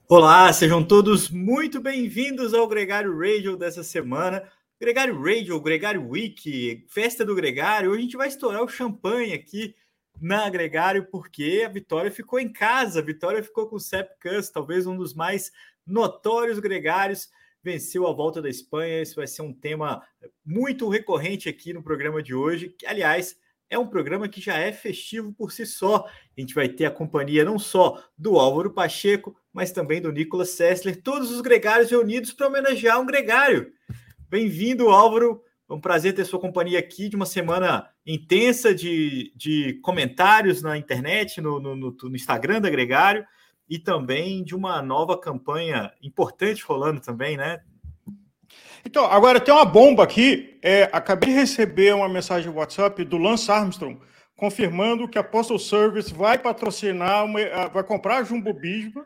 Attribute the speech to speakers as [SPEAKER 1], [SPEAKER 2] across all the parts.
[SPEAKER 1] Olá, sejam todos muito bem-vindos ao Gregário Radio dessa semana. Gregário Radio, Gregário Week, Festa do Gregário. Hoje a gente vai estourar o champanhe aqui na Gregário, porque a Vitória ficou em casa. A Vitória ficou com o Sepp Kuss, talvez um dos mais notórios gregários. Venceu a Volta da Espanha. Esse vai ser um tema muito recorrente aqui no programa de hoje, que, aliás, é um programa que já é festivo por si só. A gente vai ter a companhia não só do Álvaro Pacheco, mas também do Nicolas Sessler, todos os gregários reunidos para homenagear um gregário. Bem-vindo, Álvaro. É um prazer ter sua companhia aqui de uma semana intensa de comentários na internet, no Instagram da Gregário, e também de uma nova campanha importante rolando também, né?
[SPEAKER 2] Então, agora tem uma bomba aqui. Acabei de receber uma mensagem no WhatsApp do Lance Armstrong confirmando que a Postal Service vai patrocinar, vai comprar a Jumbo Bisba,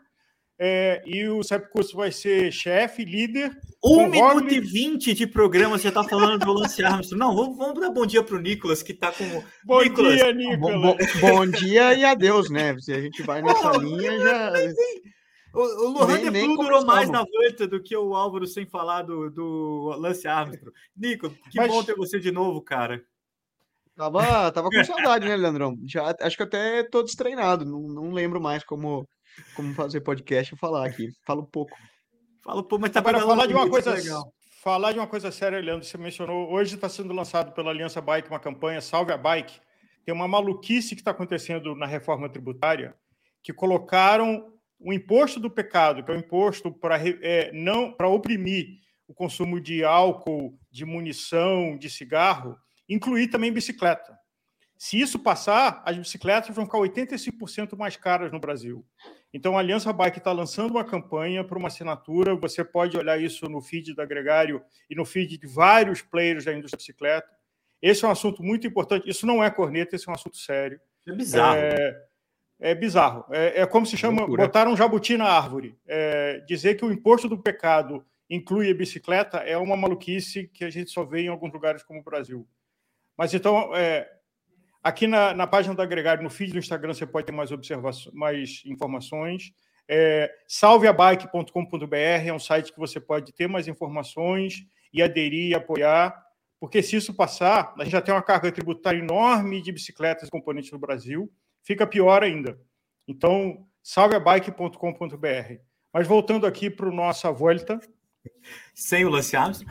[SPEAKER 2] e o Sepp Kuss vai ser chefe, líder.
[SPEAKER 1] 1 minuto e 20 de programa, você está falando do Lance Armstrong. Não, vamos dar bom dia para o Nicolas, que está com...
[SPEAKER 2] Bom dia, Nicolas.
[SPEAKER 3] Bom dia e adeus, né? Se a gente vai nessa linha, já...
[SPEAKER 1] O Lohan Deplu durou mais na volta do que o Álvaro sem falar do Lance Armstrong. Nico, bom ter você de novo, cara.
[SPEAKER 3] Tava com saudade, né, Leandrão? Já, acho que até tô destreinado, não lembro mais como fazer podcast e falar aqui. Falo pouco.
[SPEAKER 1] Mas tá
[SPEAKER 2] para falar de uma coisa legal. Falar de uma coisa séria, Leandro, você mencionou, hoje está sendo lançado pela Aliança Bike uma campanha Salve a Bike. Tem uma maluquice que está acontecendo na reforma tributária, que colocaram o imposto do pecado, que é o imposto para oprimir o consumo de álcool, de munição, de cigarro, incluir também bicicleta. Se isso passar, as bicicletas vão ficar 85% mais caras no Brasil. Então, a Aliança Bike está lançando uma campanha para uma assinatura. Você pode olhar isso no feed da Gregário e no feed de vários players da indústria da bicicleta. Esse é um assunto muito importante. Isso não é corneta, esse é um assunto sério.
[SPEAKER 1] É bizarro.
[SPEAKER 2] É bizarro. É como se chama, botar um jabuti na árvore. Dizer que o imposto do pecado inclui a bicicleta é uma maluquice que a gente só vê em alguns lugares como o Brasil. Mas então, aqui na página da Gregário, no feed do Instagram, você pode ter mais informações. Salveabike.com.br é um site que você pode ter mais informações e aderir e apoiar, porque se isso passar, a gente já tem uma carga tributária enorme de bicicletas e componentes no Brasil, fica pior ainda. Então, salveabike.com.br. Mas voltando aqui para o nossa volta.
[SPEAKER 1] Sem o Lance Armstrong.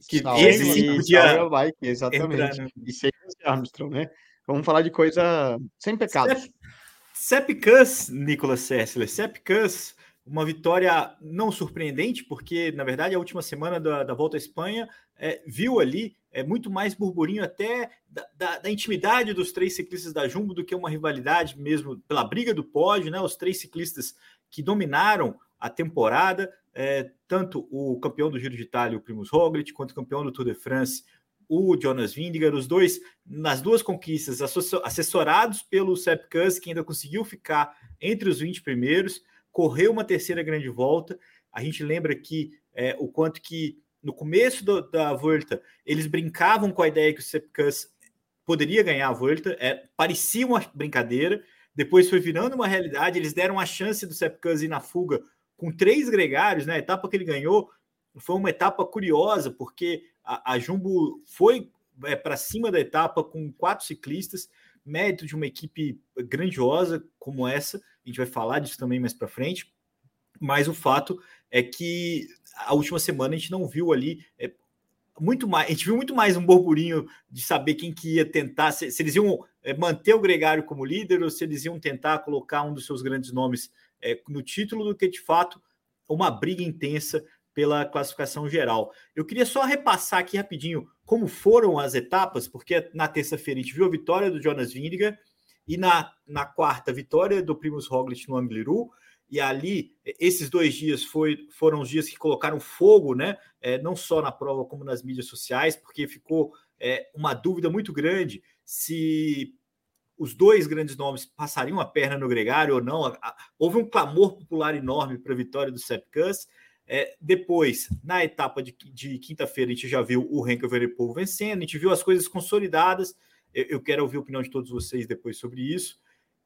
[SPEAKER 3] Salve Bike, exatamente. E sem o Lance Armstrong, né? Vamos falar de coisa sem pecados.
[SPEAKER 1] Sepp Kuss, Nicolas Sessler. Sepp Kuss, uma vitória não surpreendente, porque, na verdade, a última semana da Volta à Espanha viu ali muito mais burburinho até da intimidade dos três ciclistas da Jumbo do que uma rivalidade mesmo pela briga do pódio, né? Os três ciclistas que dominaram a temporada, tanto o campeão do Giro de Itália, o Primož Roglič, quanto o campeão do Tour de France, o Jonas Vingegaard, os dois, nas duas conquistas, assessorados pelo Sepp Kuss, que ainda conseguiu ficar entre os 20 primeiros, correu uma terceira grande volta. A gente lembra que o quanto que no começo da Volta eles brincavam com a ideia que o Sepp Kuss poderia ganhar a Volta, parecia uma brincadeira, depois foi virando uma realidade, eles deram a chance do Sepp Kuss ir na fuga com 3 gregários, né? A etapa que ele ganhou foi uma etapa curiosa, porque a Jumbo foi para cima da etapa com 4 ciclistas, mérito de uma equipe grandiosa como essa. A gente vai falar disso também mais para frente, mas o fato é que a última semana a gente não viu ali muito mais, a gente viu muito mais um burburinho de saber quem que ia tentar, se eles iam manter o gregário como líder ou se eles iam tentar colocar um dos seus grandes nomes no título, do que de fato uma briga intensa pela classificação geral. Eu queria só repassar aqui rapidinho como foram as etapas, porque na terça-feira a gente viu a vitória do Jonas Vingegaard e na quarta a vitória do Primož Roglič no Angliru, e ali esses 2 dias foram os dias que colocaram fogo, né? Não só na prova como nas mídias sociais, porque ficou uma dúvida muito grande se os 2 grandes nomes passariam a perna no gregário ou não. Houve um clamor popular enorme para a vitória do Sepp Kuss. Depois, na etapa de quinta-feira, a gente já viu o Remco Evenepoel vencendo, a gente viu as coisas consolidadas. Eu quero ouvir a opinião de todos vocês depois sobre isso.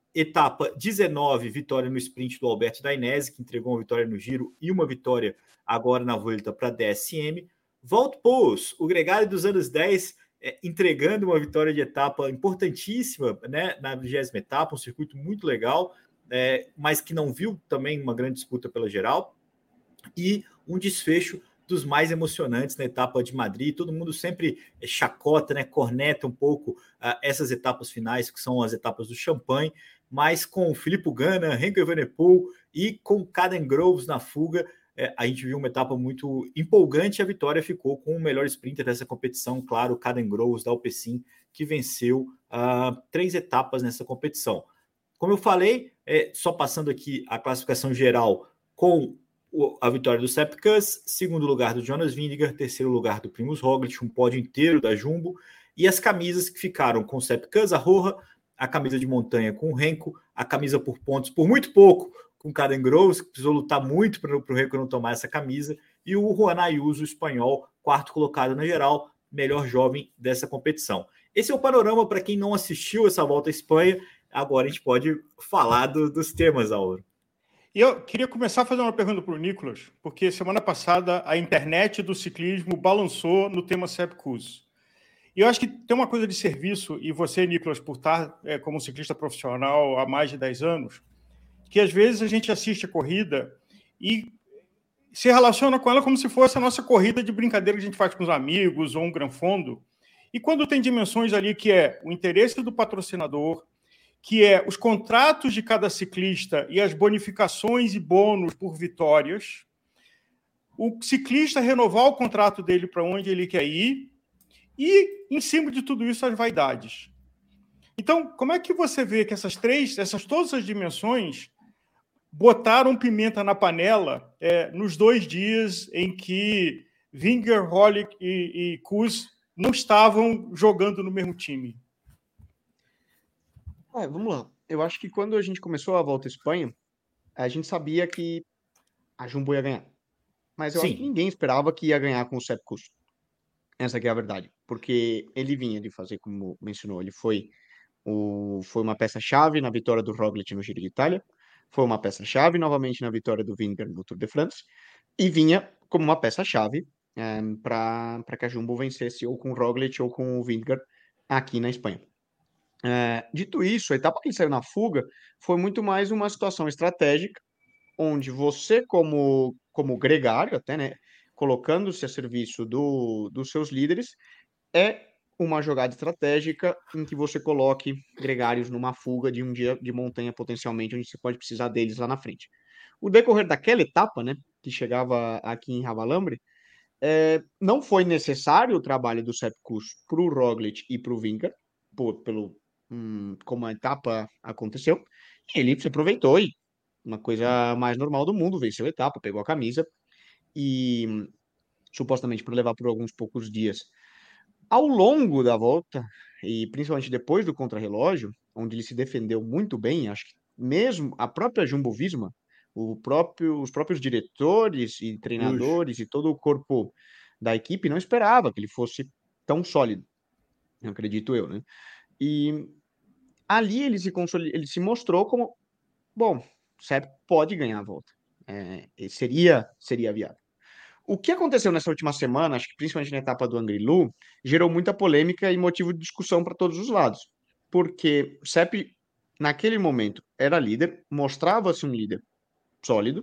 [SPEAKER 1] etapa 19, vitória no sprint do Alberto Dainese, que entregou uma vitória no Giro e uma vitória agora na Vuelta para a DSM. Wout Poels, o gregário dos anos 10, entregando uma vitória de etapa importantíssima, né, na 20ª etapa, um circuito muito legal, mas que não viu também uma grande disputa pela geral, e um desfecho dos mais emocionantes na etapa de Madrid. Todo mundo sempre chacota, né, corneta um pouco essas etapas finais, que são as etapas do champanhe, mas com Filippo Ganna, Remco Evenepoel e com Caden Groves na fuga, a gente viu uma etapa muito empolgante. A vitória ficou com o melhor sprinter dessa competição, claro, Caden Groves da Alpecin, que venceu 3 etapas nessa competição. Como eu falei, só passando aqui a classificação geral com a vitória do Sepp Kuss, segundo lugar do Jonas Vingegaard, terceiro lugar do Primož Roglic, um pódio inteiro da Jumbo, e as camisas que ficaram com o Sepp Kuss, a Roja, a camisa de montanha com o Renko, a camisa por pontos, por muito pouco, com o Caden Groves, que precisou lutar muito para o Renko não tomar essa camisa, e o Juan Ayuso, o espanhol, quarto colocado na geral, melhor jovem dessa competição. Esse é o panorama para quem não assistiu essa Volta à Espanha. Agora a gente pode falar dos temas, Auro.
[SPEAKER 2] E eu queria começar a fazer uma pergunta para o Nicolas, porque semana passada a internet do ciclismo balançou no tema Sepp Kuss. E eu acho que tem uma coisa de serviço, e você, Nicolas, por estar como ciclista profissional há mais de 10 anos, que às vezes a gente assiste a corrida e se relaciona com ela como se fosse a nossa corrida de brincadeira que a gente faz com os amigos ou um gran fondo. E quando tem dimensões ali que é o interesse do patrocinador, que é os contratos de cada ciclista e as bonificações e bônus por vitórias, o ciclista renovar o contrato dele para onde ele quer ir e, em cima de tudo isso, as vaidades. Então, como é que você vê que todas as dimensões botaram pimenta na panela nos 2 dias em que Vingegaard, Roglic e Kuss não estavam jogando no mesmo time?
[SPEAKER 3] Vamos lá. Eu acho que quando a gente começou a Volta à Espanha, a gente sabia que a Jumbo ia ganhar. Mas eu acho que ninguém esperava que ia ganhar com o Sepp Kuss. Essa que é a verdade. Porque ele vinha de fazer, como mencionou, ele foi uma peça-chave na vitória do Roglic no Giro de Itália, foi uma peça-chave novamente na vitória do Vingegaard no Tour de France, e vinha como uma peça-chave para que a Jumbo vencesse ou com o Roglic ou com o Vingegaard aqui na Espanha. Dito isso, a etapa que ele saiu na fuga foi muito mais uma situação estratégica, onde você, como gregário, até, né, colocando-se a serviço dos seus líderes, é uma jogada estratégica em que você coloque gregários numa fuga de um dia de montanha, potencialmente, onde você pode precisar deles lá na frente. O decorrer daquela etapa, né, que chegava aqui em Ravalambre, não foi necessário o trabalho do Sepp Kuss para o Roglic e para o Vingegaard, como a etapa aconteceu, e ele se aproveitou e uma coisa mais normal do mundo, venceu a etapa, pegou a camisa e supostamente por levar por alguns poucos dias. Ao longo da volta, e principalmente depois do contrarrelógio, onde ele se defendeu muito bem, acho que mesmo a própria Jumbo-Visma, os próprios diretores e treinadores e todo o corpo da equipe não esperava que ele fosse tão sólido, acredito eu, né? E ali ele se mostrou como, bom, Sepp pode ganhar a volta. Seria viável. O que aconteceu nessa última semana, acho que principalmente na etapa do Angrilu, gerou muita polêmica e motivo de discussão para todos os lados. Porque Sepp, naquele momento, era líder, mostrava-se um líder sólido,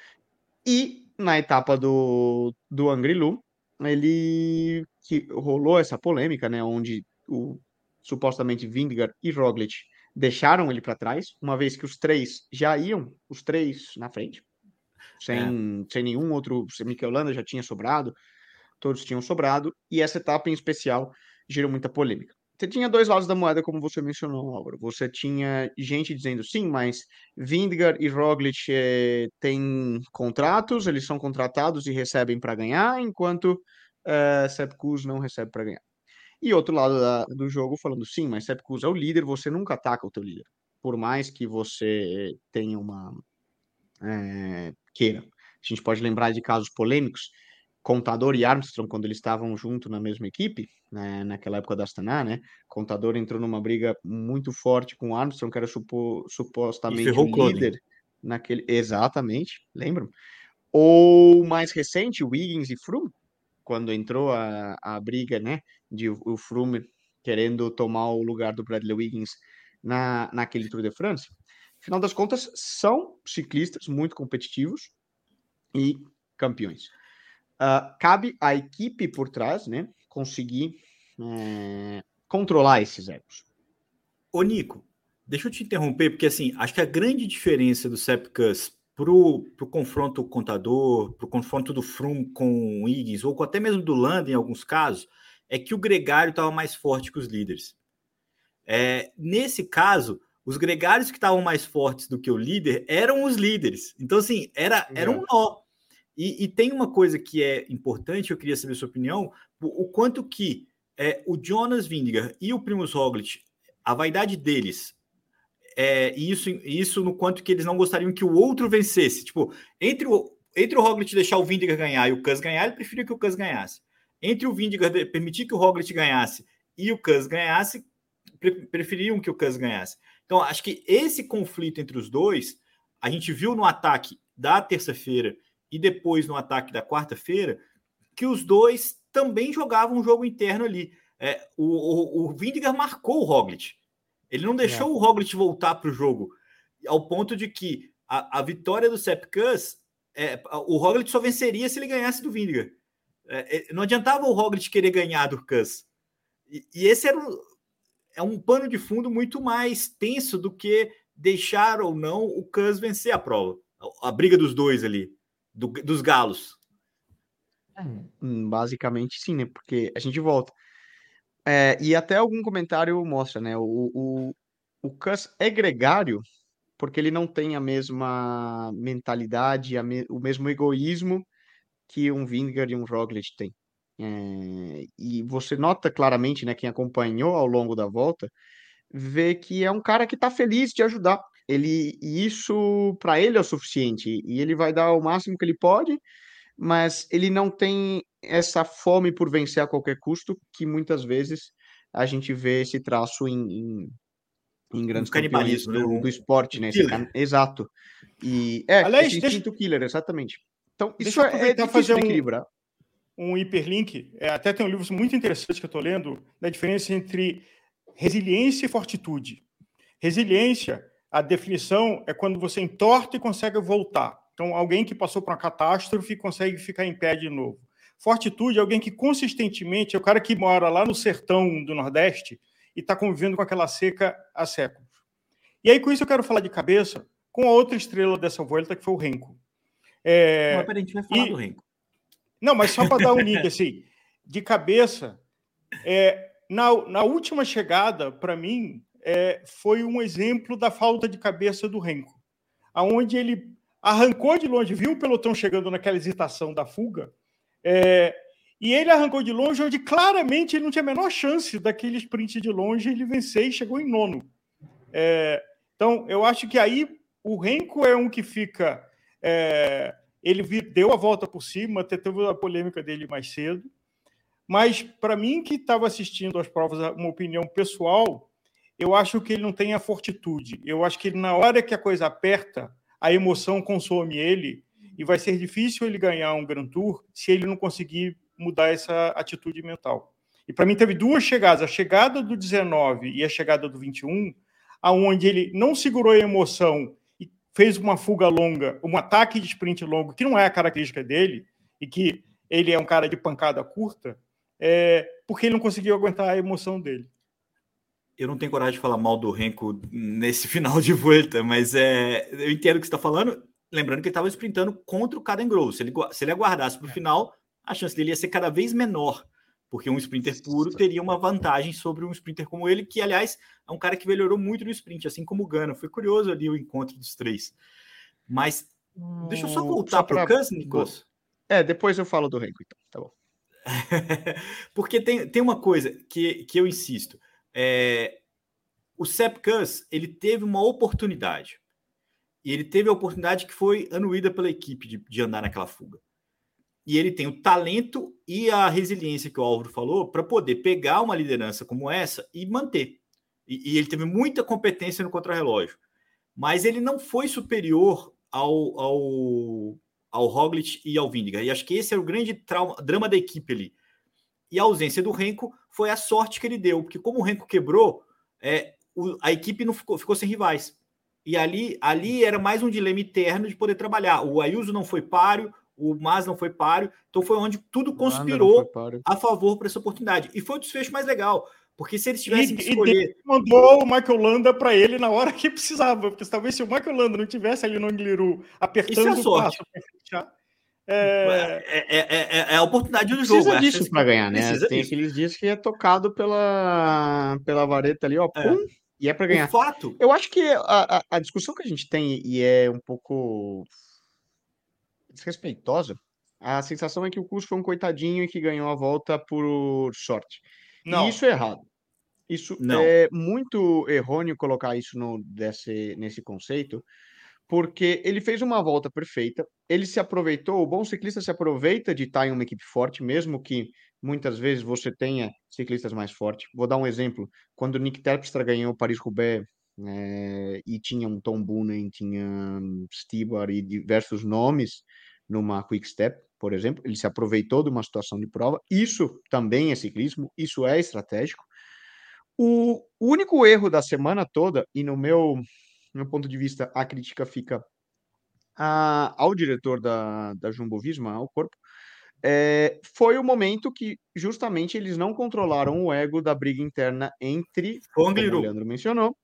[SPEAKER 3] e na etapa do Angrilu, que rolou essa polêmica, né, onde supostamente Vingegaard e Roglic deixaram ele para trás, uma vez que os três na frente, sem nenhum outro. Mikel Landa já tinha sobrado, todos tinham sobrado, e essa etapa em especial gerou muita polêmica. Você tinha 2 lados da moeda, como você mencionou, Álvaro. Você tinha gente dizendo sim, mas Vingegaard e Roglic têm contratos, eles são contratados e recebem para ganhar, enquanto Sepp Kuss não recebe para ganhar. E outro lado do jogo falando sim, mas Sepp Kuss é o líder, você nunca ataca o teu líder. Por mais que você tenha queira. A gente pode lembrar de casos polêmicos Contador e Armstrong, quando eles estavam junto na mesma equipe, né, naquela época da Astana, né? Contador entrou numa briga muito forte com o Armstrong, que era
[SPEAKER 1] E
[SPEAKER 3] supostamente o
[SPEAKER 1] ferrou o Clothing.
[SPEAKER 3] líder naquele... Exatamente, lembram? Ou mais recente, Wiggins e Froome, quando entrou a briga, né, de o Froome querendo tomar o lugar do Bradley Wiggins naquele Tour de France. Afinal das contas, são ciclistas muito competitivos e campeões. Cabe à equipe por trás, né, conseguir controlar esses egos.
[SPEAKER 1] Ô, Nico, deixa eu te interromper, porque assim, acho que a grande diferença do Sepp Kuss pro confronto contador, pro confronto do Froome com o Higgins, ou até mesmo do Landa, em alguns casos, é que o gregário estava mais forte que os líderes. Nesse caso, os gregários que estavam mais fortes do que o líder eram os líderes. Então, assim, era um nó. E tem uma coisa que é importante, eu queria saber a sua opinião, o quanto que o Jonas Vingegaard e o Primož Roglič, a vaidade deles, isso no quanto que eles não gostariam que o outro vencesse. Tipo, entre o Roglič deixar o Vingegaard ganhar e o Kuss ganhar, ele preferia que o Kuss ganhasse. Entre o Vingegaard permitir que o Roglič ganhasse e o Kuss ganhasse, preferiam que o Kuss ganhasse. Então, acho que esse conflito entre os dois, a gente viu no ataque da terça-feira e depois no ataque da quarta-feira, que os dois também jogavam um jogo interno ali. O Vingegaard marcou o Roglič. Ele não deixou o Roglič voltar para o jogo, ao ponto de que a vitória do Sepp Kuss, o Roglič só venceria se ele ganhasse do Vingegaard. Não adiantava o Roglič querer ganhar do Kuss. E esse é um pano de fundo muito mais tenso do que deixar ou não o Kuss vencer a prova. A briga dos dois ali, dos galos.
[SPEAKER 3] Basicamente sim, né? Porque a gente volta. E até algum comentário mostra, né? O Kuss é gregário porque ele não tem a mesma mentalidade, o mesmo egoísmo que um Vingegaard e um Roglič têm. E você nota claramente, né, quem acompanhou ao longo da volta, vê que é um cara que está feliz de ajudar. E isso para ele é o suficiente. E ele vai dar o máximo que ele pode, mas ele não tem essa fome por vencer a qualquer custo, que muitas vezes a gente vê esse traço em
[SPEAKER 1] Um
[SPEAKER 3] grandes campeões
[SPEAKER 1] canibalismo, né?
[SPEAKER 3] do esporte, né? Exato. E
[SPEAKER 2] Aliás,
[SPEAKER 3] esse instinto killer, exatamente. Então, isso
[SPEAKER 2] deixa eu aproveitar
[SPEAKER 3] difícil
[SPEAKER 2] fazer
[SPEAKER 3] de equilibrar.
[SPEAKER 2] Um hiperlink. Até tem um livro muito interessante que eu estou lendo, da diferença entre resiliência e fortitude. Resiliência, a definição é quando você entorta e consegue voltar. Então, alguém que passou por uma catástrofe consegue ficar em pé de novo. Fortitude é alguém que consistentemente, é o cara que mora lá no sertão do Nordeste e está convivendo com aquela seca há séculos. E aí, com isso, eu quero falar de cabeça com a outra estrela dessa volta, que foi o Renko.
[SPEAKER 1] Não, peraí, a gente vai falar do Renko.
[SPEAKER 2] Não, mas só para dar um link, assim, de cabeça, na última chegada, para mim, foi um exemplo da falta de cabeça do Renko, aonde ele arrancou de longe, viu o pelotão chegando naquela hesitação da fuga, e ele arrancou de longe, onde claramente ele não tinha a menor chance daquele sprint de longe ele vencer e chegou em nono. Então, eu acho que aí o Renko é um que fica... ele deu a volta por cima, até teve a polêmica dele mais cedo, mas para mim que estava assistindo às provas, uma opinião pessoal, eu acho que ele não tem a fortitude. Eu acho que na hora que a coisa aperta, a emoção consome ele e vai ser difícil ele ganhar um Grand Tour se ele não conseguir mudar essa atitude mental. E para mim teve duas chegadas, a chegada do 19 e a chegada do 21, aonde ele não segurou a emoção e fez uma fuga longa, um ataque de sprint longo, que não é a característica dele, e que ele é um cara de pancada curta, porque ele não conseguiu aguentar a emoção dele.
[SPEAKER 1] Eu não tenho coragem de falar mal do Renko nesse final de volta, mas eu entendo o que você está falando. Lembrando que ele estava sprintando contra o Caden Groves. Se ele aguardasse para o final, a chance dele ia ser cada vez menor, porque um sprinter puro teria uma vantagem sobre um sprinter como ele, que, aliás, é um cara que melhorou muito no sprint, assim como o Gana. Foi curioso ali o encontro dos três. Mas deixa eu só voltar para o Kuss, Nicolas.
[SPEAKER 3] Depois eu falo do Renko, então. Tá bom.
[SPEAKER 1] Porque tem uma coisa que eu insisto. O Sepp Kuss, ele teve uma oportunidade. E ele teve a oportunidade que foi anuída pela equipe de andar naquela fuga. e ele tem o talento e a resiliência que o Álvaro falou para poder pegar uma liderança como essa e manter. E ele teve muita competência no contrarrelógio. Mas ele não foi superior ao Roglic e ao Vingegaard. E acho que esse era o grande drama da equipe ali. E a ausência do Renko foi a sorte que ele deu, porque como o Renko quebrou, a equipe não ficou sem rivais. E ali era mais um dilema interno de poder trabalhar. O Ayuso não foi páreo, o Mas não foi páreo, então foi onde tudo conspirou a favor para essa oportunidade. E foi o desfecho mais legal, porque se eles tivessem que escolher...
[SPEAKER 2] E mandou o Michael Landa para ele na hora que precisava, porque talvez se o Michael Landa não tivesse ali no Angliru apertando o passo para fechar...
[SPEAKER 1] É a oportunidade do jogo.
[SPEAKER 3] Precisa disso para ganhar, né? Tem aqueles dias que é tocado pela vareta ali, ó, pum, e é para ganhar.
[SPEAKER 1] O fato...
[SPEAKER 3] Eu acho que a discussão que a gente tem, e é um pouco desrespeitosa, a sensação é que o Kuss foi um coitadinho e que ganhou a volta por sorte.
[SPEAKER 2] Não.
[SPEAKER 3] E isso é errado. Isso é muito errôneo colocar isso nesse conceito, porque ele fez uma volta perfeita, ele se aproveitou, o bom ciclista se aproveita de estar em uma equipe forte, mesmo que muitas vezes você tenha ciclistas mais fortes. Vou dar um exemplo, quando o Nick Terpstra ganhou o Paris-Roubaix, e tinha um Tom Boonen, tinha Stibar e diversos nomes numa Quick Step, por exemplo, ele se aproveitou de uma situação de prova, isso também é ciclismo, isso é estratégico. O único erro da semana toda, e no meu ponto de vista, a crítica fica ao diretor da Jumbo-Visma, ao corpo, foi o momento que justamente eles não controlaram o ego da briga interna entre, como o Leandro mencionou,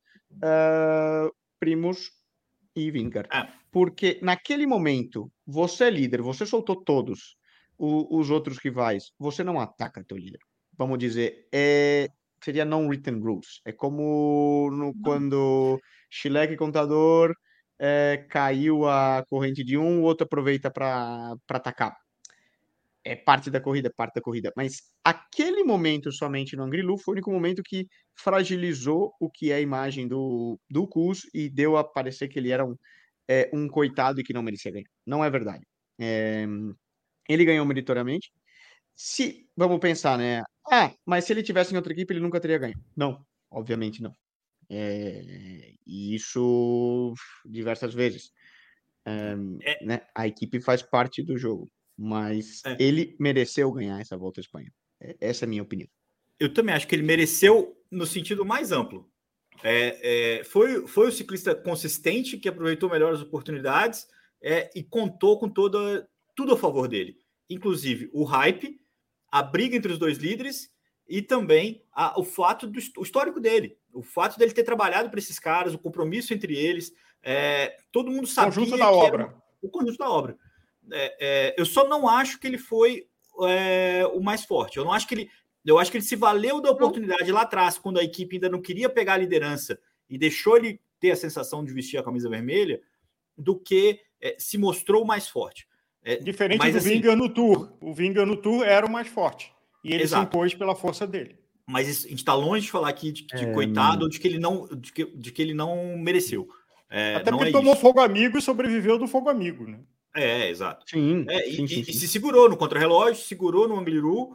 [SPEAKER 3] Primož e Vingegaard. Porque naquele momento, você é líder, você soltou todos os outros rivais, você não ataca teu líder. Vamos dizer, seria non-written rules. É como quando Schleck e Contador caiu a corrente de um, o outro aproveita para atacar. É parte da corrida. Mas aquele momento somente no Angliru foi o único momento que fragilizou o que é a imagem do Kuss e deu a parecer que ele era um coitado e que não merecia ganhar. Não é verdade. Ele ganhou meritoriamente. Vamos pensar, né? Mas se ele tivesse em outra equipe, ele nunca teria ganho. Não, obviamente não. E isso diversas vezes. Né? A equipe faz parte do jogo, mas ele mereceu ganhar essa Volta à Espanha. Essa é a minha opinião.
[SPEAKER 1] Eu também acho que ele mereceu no sentido mais amplo. Foi o ciclista consistente que aproveitou melhor as oportunidades e contou com tudo a favor dele. Inclusive o hype, a briga entre os dois líderes e também o fato do histórico dele. O fato dele ter trabalhado para esses caras, o compromisso entre eles. Todo mundo sabia
[SPEAKER 2] o conjunto da obra.
[SPEAKER 1] O conjunto da obra. Eu só não acho que ele foi o mais forte. Eu acho que ele se valeu da oportunidade lá atrás, quando a equipe ainda não queria pegar a liderança e deixou ele ter a sensação de vestir a camisa vermelha, do que se mostrou mais forte.
[SPEAKER 2] Diferente do Vingegaard no Tour. O Vingegaard no Tour era o mais forte. E ele se impôs pela força dele.
[SPEAKER 1] Mas a gente está longe de falar aqui de coitado ou de que ele não mereceu.
[SPEAKER 2] Até porque ele tomou fogo amigo e sobreviveu do fogo amigo, né?
[SPEAKER 1] Exato.
[SPEAKER 3] Sim,
[SPEAKER 1] e se segurou no contrarrelógio, segurou no Angliru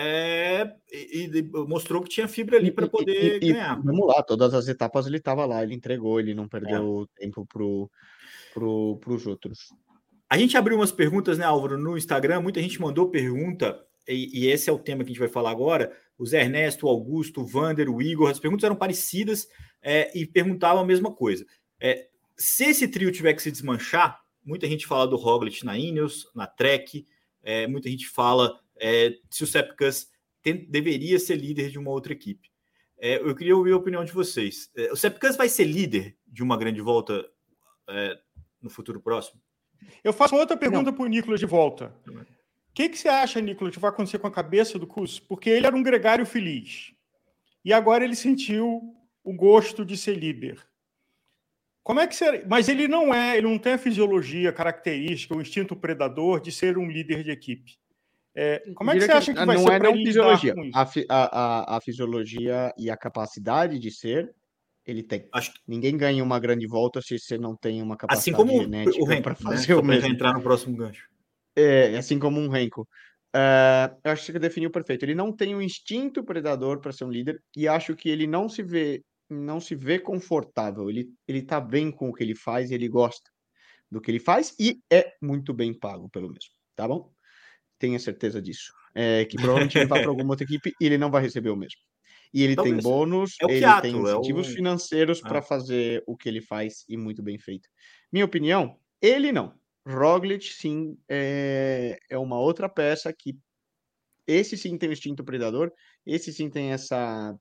[SPEAKER 1] e mostrou que tinha fibra ali para poder ganhar.
[SPEAKER 3] Vamos lá, todas as etapas ele estava lá, ele entregou, ele não perdeu tempo pros outros.
[SPEAKER 1] A gente abriu umas perguntas, né, Álvaro, no Instagram, muita gente mandou pergunta, e esse é o tema que a gente vai falar agora. O Zé Ernesto, o Augusto, o Vander, o Igor, as perguntas eram parecidas e perguntavam a mesma coisa. Se esse trio tiver que se desmanchar, muita gente fala do Roglic na Ineos, na Trek, muita gente fala se o Sepp Kuss deveria ser líder de uma outra equipe. Eu queria ouvir a opinião de vocês. O Sepp Kuss vai ser líder de uma grande volta no futuro próximo?
[SPEAKER 2] Eu faço uma outra pergunta para o Nicolas de volta. O que você acha, Nicolas, que vai acontecer com a cabeça do Kuss? Porque ele era um gregário feliz. E agora ele sentiu o gosto de ser líder. Como é que será? Mas ele não tem a fisiologia característica, o instinto predador de ser um líder de equipe. Como é que você acha que vai ser para ele lidar com isso?
[SPEAKER 3] A fisiologia e a capacidade de ser, ele tem. Ninguém ganha uma grande volta se você não tem uma capacidade genética para fazer o mesmo.
[SPEAKER 1] Entrar no próximo gancho.
[SPEAKER 3] assim como um Renko. Eu acho que você definiu perfeito. Ele não tem um instinto predador para ser um líder e acho que ele não se vê confortável. Ele tá bem com o que ele faz, ele gosta do que ele faz e é muito bem pago pelo mesmo, tá bom? Tenha certeza disso. Que provavelmente ele vai para alguma outra equipe e ele não vai receber o mesmo. E ele tem
[SPEAKER 1] Talvez.
[SPEAKER 3] bônus,
[SPEAKER 1] É o
[SPEAKER 3] ele tem
[SPEAKER 1] Kiato,
[SPEAKER 3] incentivos financeiros para fazer o que ele faz e muito bem feito. Minha opinião, ele não. Roglic, sim, é uma outra peça que esse sim tem o instinto predador, esse sim tem essa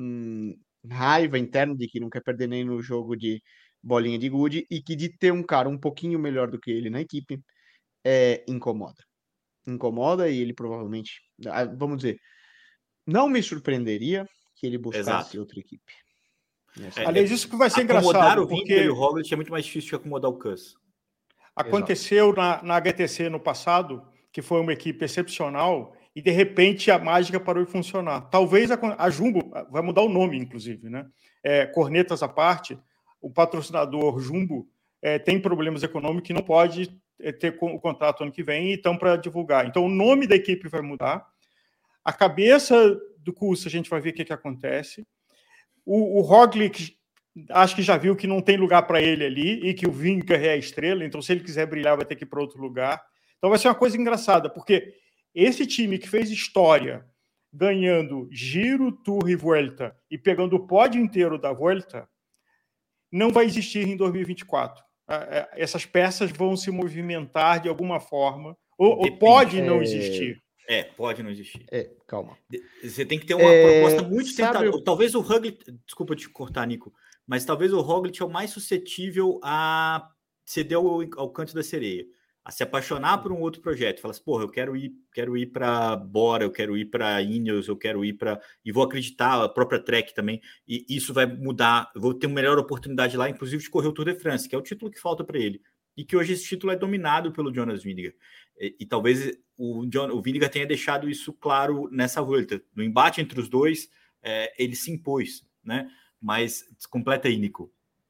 [SPEAKER 3] raiva interna de que não quer perder nem no jogo de bolinha de gude e que de ter um cara um pouquinho melhor do que ele na equipe incomoda. Incomoda e ele provavelmente, vamos dizer, não me surpreenderia que ele buscasse
[SPEAKER 1] Exato.
[SPEAKER 3] outra equipe.
[SPEAKER 2] Aliás, isso que vai ser
[SPEAKER 1] acomodar
[SPEAKER 2] engraçado,
[SPEAKER 1] o Vingegaard e o Roglic é muito mais difícil que acomodar o Kuss.
[SPEAKER 2] Aconteceu na HTC no passado, que foi uma equipe excepcional, e de repente a mágica parou de funcionar. Talvez a Jumbo, vai mudar o nome, inclusive, né? Cornetas à parte, o patrocinador Jumbo tem problemas econômicos que não pode ter o contrato ano que vem, e estão para divulgar. Então o nome da equipe vai mudar, a cabeça do curso a gente vai ver o que acontece. O Roglic acho que já viu que não tem lugar para ele ali e que o Vingegaard é a estrela, então se ele quiser brilhar vai ter que ir para outro lugar. Então vai ser uma coisa engraçada, porque esse time que fez história ganhando Giro, Tour e Vuelta e pegando o pódio inteiro da Vuelta, não vai existir em 2024. Essas peças vão se movimentar de alguma forma, ou pode não existir.
[SPEAKER 1] Pode não existir.
[SPEAKER 3] Calma.
[SPEAKER 1] Você tem que ter uma proposta muito tentadora. Talvez o Roglic... Desculpa te cortar, Nico. Mas talvez o Roglic é o mais suscetível a ceder ao canto da sereia. A se apaixonar por um outro projeto. Fala assim, porra, eu quero ir para Bora, eu quero ir para Ineos, eu quero ir para... E vou acreditar, a própria Trek também. E isso vai mudar. Eu vou ter uma melhor oportunidade lá, inclusive de correr o Tour de France, que é o título que falta para ele. E que hoje esse título é dominado pelo Jonas Vingegaard. E talvez o Vingegaard tenha deixado isso claro nessa volta. No embate entre os dois, ele se impôs, né? Mas completa aí, Nico.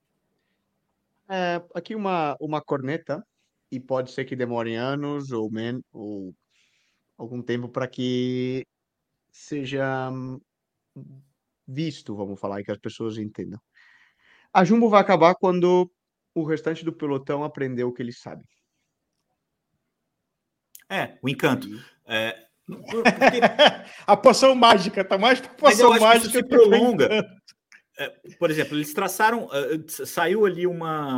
[SPEAKER 3] Aqui uma corneta, e pode ser que demore anos ou algum tempo para que seja visto, vamos falar, e que as pessoas entendam. A Jumbo vai acabar quando o restante do pelotão aprender o que eles sabem.
[SPEAKER 1] O encanto.
[SPEAKER 2] Porque... a poção mágica, tá mais pra poção mágica.
[SPEAKER 1] Mas eu acho que isso se prolonga. Por exemplo, eles traçaram, saiu ali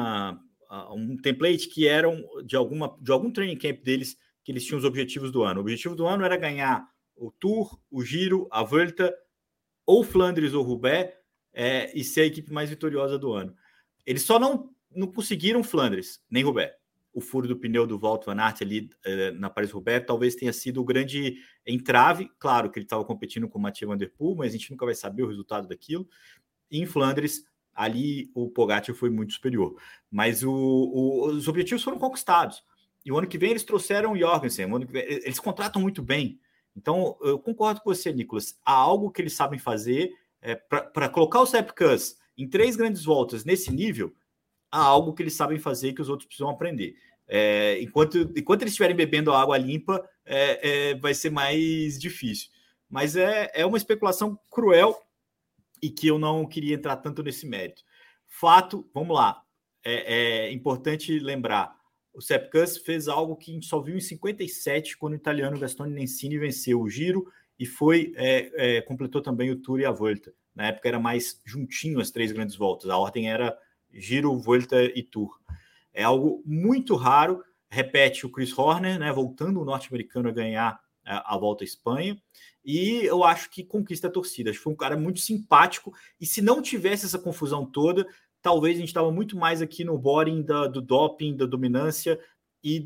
[SPEAKER 1] um template que eram de algum training camp deles, que eles tinham os objetivos do ano. O objetivo do ano era ganhar o Tour, o Giro, a Vuelta, ou Flandres ou Roubaix, e ser a equipe mais vitoriosa do ano. Eles só não conseguiram Flandres, nem Roubaix. O furo do pneu do Wout van Aert ali na Paris-Roubaix talvez tenha sido o grande entrave. Claro que ele estava competindo com o Mathieu Van Der Poel, mas a gente nunca vai saber o resultado daquilo. Em Flandres, ali o Pogacar foi muito superior. Mas os objetivos foram conquistados. E o ano que vem eles trouxeram o Jorgensen. Eles contratam muito bem. Então, eu concordo com você, Nicolas. Há algo que eles sabem fazer para colocar o Sepp Kuss em 3 grandes voltas nesse nível. Há algo que eles sabem fazer que os outros precisam aprender. Enquanto eles estiverem bebendo a água limpa, vai ser mais difícil. Mas é uma especulação cruel e que eu não queria entrar tanto nesse mérito. Fato, vamos lá. É importante lembrar, o Sepp Kuss fez algo que a gente só viu em 57, quando o italiano Gastone Nencini venceu o Giro e completou também o Tour e a Vuelta. Na época era mais juntinho as 3 grandes voltas. A ordem era Giro, Vuelta e Tour. É algo muito raro. Repete o Chris Horner, né, voltando o norte-americano a ganhar a Volta à Espanha. E eu acho que conquista a torcida. Acho que foi um cara muito simpático. E se não tivesse essa confusão toda, talvez a gente estava muito mais aqui no boring do doping, da dominância e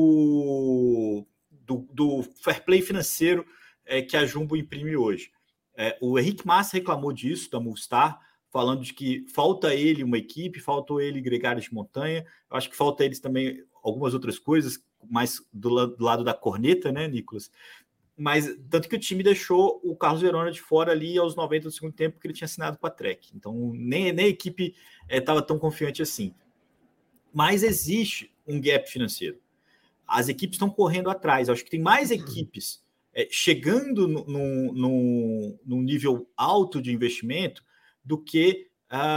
[SPEAKER 1] do fair play financeiro que a Jumbo imprime hoje. O Henrique Massa reclamou disso, da Movistar, falando de que falta ele uma equipe, faltou ele gregários de montanha. Eu acho que falta eles também algumas outras coisas, mais do lado da corneta, né, Nicolas? Mas tanto que o time deixou o Carlos Verona de fora ali aos 90 do segundo tempo, porque ele tinha assinado com a Trek. Então, nem a equipe estava tão confiante assim. Mas existe um gap financeiro. as equipes estão correndo atrás. Eu acho que tem mais equipes chegando num nível alto de investimento do que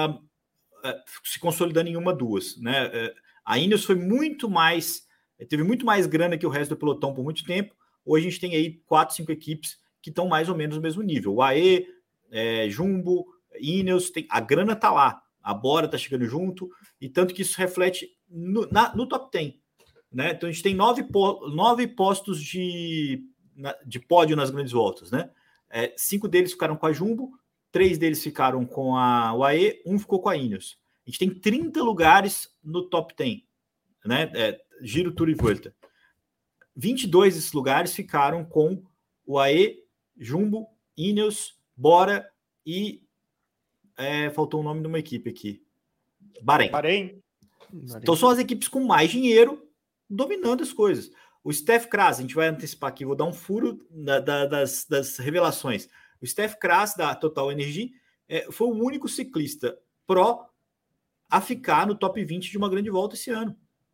[SPEAKER 1] se consolidando em uma, duas, né? A Ineos foi teve muito mais grana que o resto do pelotão por muito tempo. Hoje a gente tem aí 4, 5 equipes que estão mais ou menos no mesmo nível. O AE, Jumbo, Ineos, a grana está lá, a Bora está chegando junto, e tanto que isso reflete no top 10. Né? Então a gente tem 9 postos de pódio nas grandes voltas. Né? 5 deles ficaram com a Jumbo, 3 deles ficaram com a UAE, 1 ficou com a Ineos. A gente tem 30 lugares no top 10. Né? Giro, Tour e Vuelta. 22 desses lugares ficaram com o AE, Jumbo, Ineos, Bora e faltou o nome de uma equipe aqui. Bahrein. Então são as equipes com mais dinheiro dominando as coisas. O Stef Kras, a gente vai antecipar aqui, vou dar um furo das revelações. O Stef Kras, da Total Energy, foi o único ciclista pró a ficar no top 20 de uma grande volta esse ano.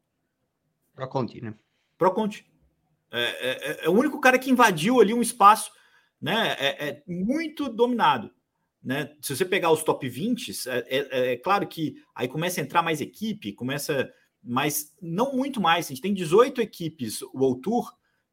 [SPEAKER 3] Pro Conti, né?
[SPEAKER 1] Pro Conti. É o único cara que invadiu ali um espaço, né? Muito dominado. Né? Se você pegar os top 20, é claro que aí começa a entrar mais equipe, mas não muito mais. A gente tem 18 equipes World Tour,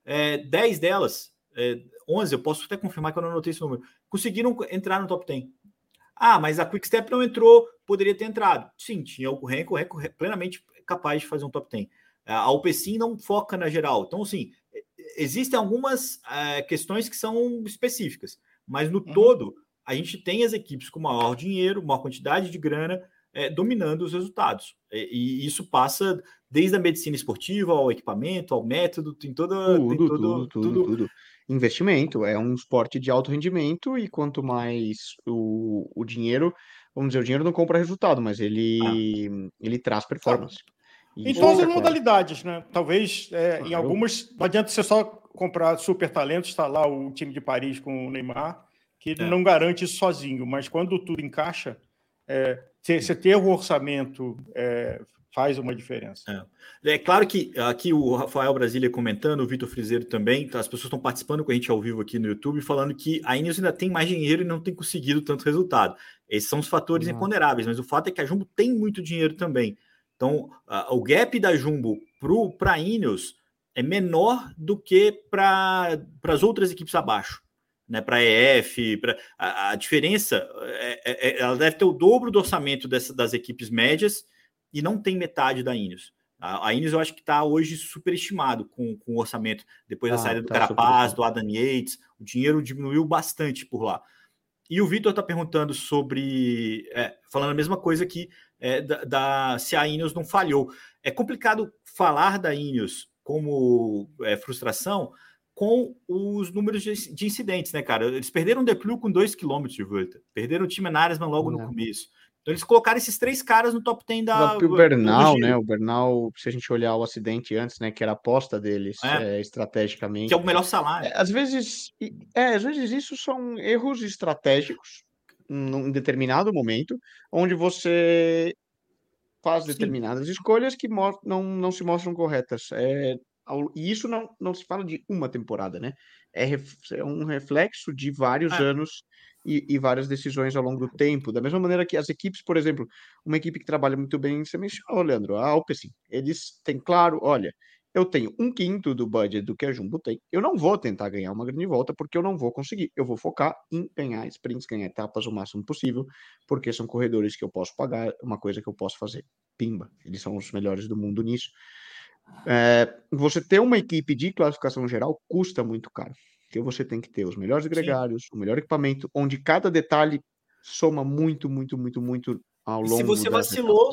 [SPEAKER 1] 10 delas, 11, eu posso até confirmar que eu não anotei esse número, conseguiram entrar no top 10. Mas a Quick-Step não entrou, poderia ter entrado. Sim, tinha o Renko plenamente capaz de fazer um top 10. A Alpecin não foca na geral. Então, assim, existem algumas questões que são específicas, mas no todo, a gente tem as equipes com maior dinheiro, maior quantidade de grana, dominando os resultados. E isso passa desde a medicina esportiva, ao equipamento, ao método, tem
[SPEAKER 3] tudo. Investimento é um esporte de alto rendimento e quanto mais o dinheiro, vamos dizer, o dinheiro não compra resultado, mas ele traz performance.
[SPEAKER 2] Em todas as modalidades, né? Talvez em algumas não adianta você só comprar super talentos, está lá o time de Paris com o Neymar, que não garante isso sozinho, mas quando tudo encaixa, você ter o orçamento faz uma diferença.
[SPEAKER 1] É claro que aqui o Rafael Brasília comentando, o Vitor Frizeiro também, as pessoas estão participando com a gente ao vivo aqui no YouTube, falando que a Ineos ainda tem mais dinheiro e não tem conseguido tanto resultado. Esses são os fatores imponderáveis, mas o fato é que a Jumbo tem muito dinheiro também. Então, o gap da Jumbo para a Ineos é menor do que para as outras equipes abaixo. Né, para a EF, a diferença, ela deve ter o dobro do orçamento das equipes médias e não tem metade da Ineos. A Ineos eu acho que está hoje superestimado com o orçamento, depois da saída do Carapaz, do Adam Yates, o dinheiro diminuiu bastante por lá. E o Vitor está perguntando sobre, falando a mesma coisa aqui, se a Ineos não falhou. É complicado falar da Ineos como frustração com os números de incidentes, né, cara? Eles perderam o Deplu com 2 km de volta, perderam o time Naresman logo no começo. Então eles colocaram esses 3 caras no top 10 da...
[SPEAKER 3] O Bernal, né? O Bernal, se a gente olhar o acidente antes, né, que era a aposta deles estrategicamente.
[SPEAKER 1] Que é o melhor salário.
[SPEAKER 3] Às vezes isso são erros estratégicos em determinado momento, onde você faz determinadas escolhas que não se mostram corretas. E isso não se fala de uma temporada, né? É um reflexo de vários anos e várias decisões ao longo do tempo. Da mesma maneira que as equipes, por exemplo, uma equipe que trabalha muito bem, você mencionou, Leandro, a Alpecin. Eles têm claro, olha, eu tenho 1/5 do budget do que a Jumbo tem. Eu não vou tentar ganhar uma grande volta porque eu não vou conseguir. Eu vou focar em ganhar sprints, ganhar etapas o máximo possível, porque são corredores que eu posso pagar, uma coisa que eu posso fazer. Pimba, eles são os melhores do mundo nisso. Você ter uma equipe de classificação geral custa muito caro, porque você tem que ter os melhores gregários, o melhor equipamento, onde cada detalhe soma muito, muito, muito, muito ao longo.
[SPEAKER 1] Se você vacilou,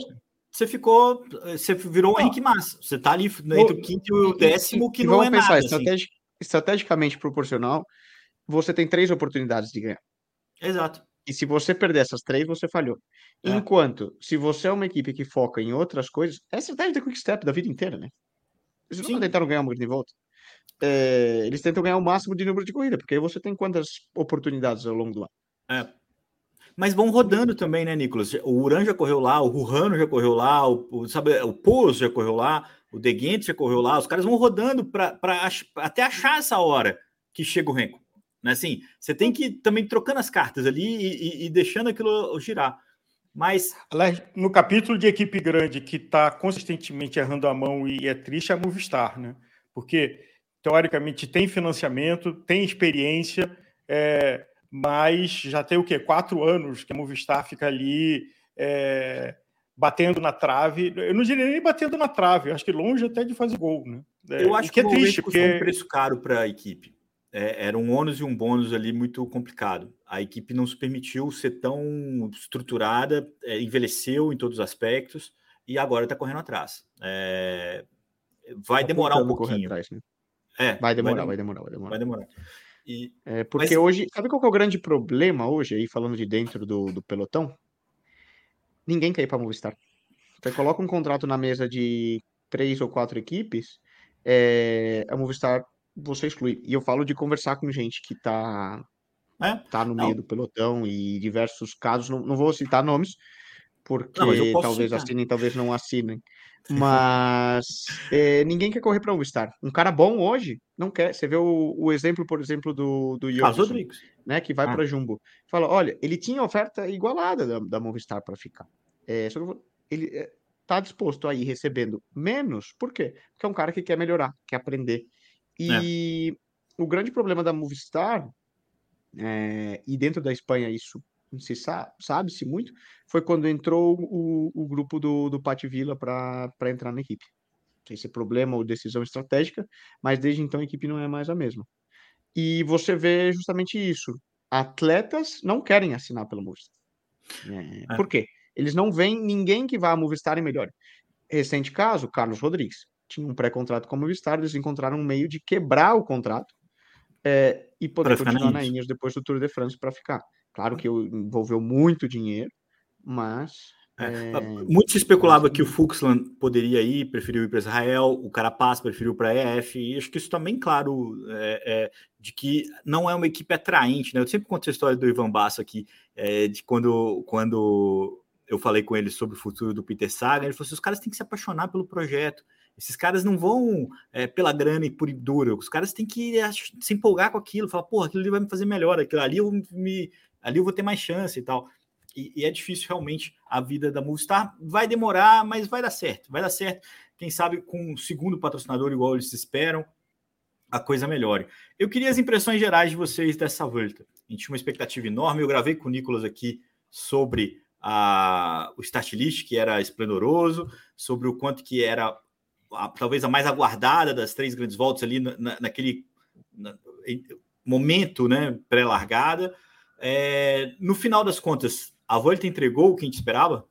[SPEAKER 1] você virou o Henrique Massa. Você tá ali entre o quinto e o décimo, que não é nada.
[SPEAKER 3] Vamos pensar, estrategicamente proporcional, você tem 3 oportunidades de ganhar.
[SPEAKER 1] Exato.
[SPEAKER 3] E se você perder essas 3, você falhou. Enquanto, se você é uma equipe que foca em outras coisas, é a estratégia da Quick Step da vida inteira, né? Eles nunca tentaram ganhar uma grande volta. Eles tentam ganhar o máximo de número de corrida, porque aí você tem quantas oportunidades ao longo do ano.
[SPEAKER 1] Mas vão rodando também, né, Nicolas? O Uran já correu lá, o Ruhano já correu lá, o Pous já correu lá. o De Gendt já correu lá, os caras vão rodando para até achar essa hora que chega o Renko. Né? Assim, você tem que ir também trocando as cartas ali e deixando aquilo girar. Mas
[SPEAKER 2] no capítulo de equipe grande que está consistentemente errando a mão e é triste, é a Movistar, né? Porque teoricamente tem financiamento, tem experiência, mas já tem o quê? 4 anos que a Movistar fica ali batendo na trave. Eu não diria nem batendo na trave, eu acho que longe até de fazer gol, né?
[SPEAKER 1] Eu acho que é triste, porque é um preço caro para a equipe. Era um ônus e um bônus ali muito complicado. A equipe não se permitiu ser tão estruturada, envelheceu em todos os aspectos e agora está correndo atrás. Vai demorar um pouquinho.
[SPEAKER 3] Atrás, né?
[SPEAKER 1] Vai demorar.
[SPEAKER 3] Porque hoje, sabe qual que é o grande problema hoje, aí falando de dentro do pelotão? Ninguém quer ir para a Movistar. Você coloca um contrato na mesa de 3 ou 4 equipes, a Movistar você exclui. E eu falo de conversar com gente que tá no meio do pelotão e diversos casos, não vou citar nomes, porque talvez assinem, talvez não assinem. Mas ninguém quer correr para Movistar. Um cara bom hoje não quer. Você vê o exemplo, por exemplo, do Jürgensen, né, que vai para Jumbo. Fala, olha, ele tinha oferta igualada da Movistar para ficar. Só que ele está disposto a ir recebendo menos. Por quê? Porque é um cara que quer melhorar, quer aprender. E o grande problema da Movistar, e dentro da Espanha isso se sabe-se muito, foi quando entrou o grupo do Pati Vila para entrar na equipe. Esse problema ou decisão estratégica, mas desde então a equipe não é mais a mesma. E você vê justamente isso. Atletas não querem assinar pela Movistar. Por quê? Eles não veem ninguém que vá à Movistar e melhore. Recente caso, Carlos Rodrigues. Tinha um pré-contrato com a Movistar, eles encontraram um meio de quebrar o contrato e poder continuar na Ineos depois do Tour de France para ficar. Claro que envolveu muito dinheiro, mas...
[SPEAKER 1] Muito se especulava que o Fuxland poderia ir, preferiu ir para Israel, o Carapaz preferiu para a EF, e acho que isso está bem claro de que não é uma equipe atraente, né? Eu sempre conto essa história do Ivan Basso aqui, de quando eu falei com ele sobre o futuro do Peter Sagan, ele falou assim, os caras têm que se apaixonar pelo projeto, esses caras não vão pela grana e por dura, os caras têm que se empolgar com aquilo, falar, porra, aquilo ali vai me fazer melhor, aquilo ali eu vou ter mais chance e tal. E é difícil realmente a vida da Movistar. Vai demorar, mas vai dar certo. Vai dar certo. Quem sabe com um segundo patrocinador igual eles esperam, a coisa melhore. Eu queria as impressões gerais de vocês dessa volta. A gente tinha uma expectativa enorme. Eu gravei com o Nicolas aqui sobre o start list, que era esplendoroso, sobre o quanto que era talvez a mais aguardada das 3 grandes voltas ali naquele momento, né, pré-largada. No final das contas, a Volta entregou o que a gente esperava?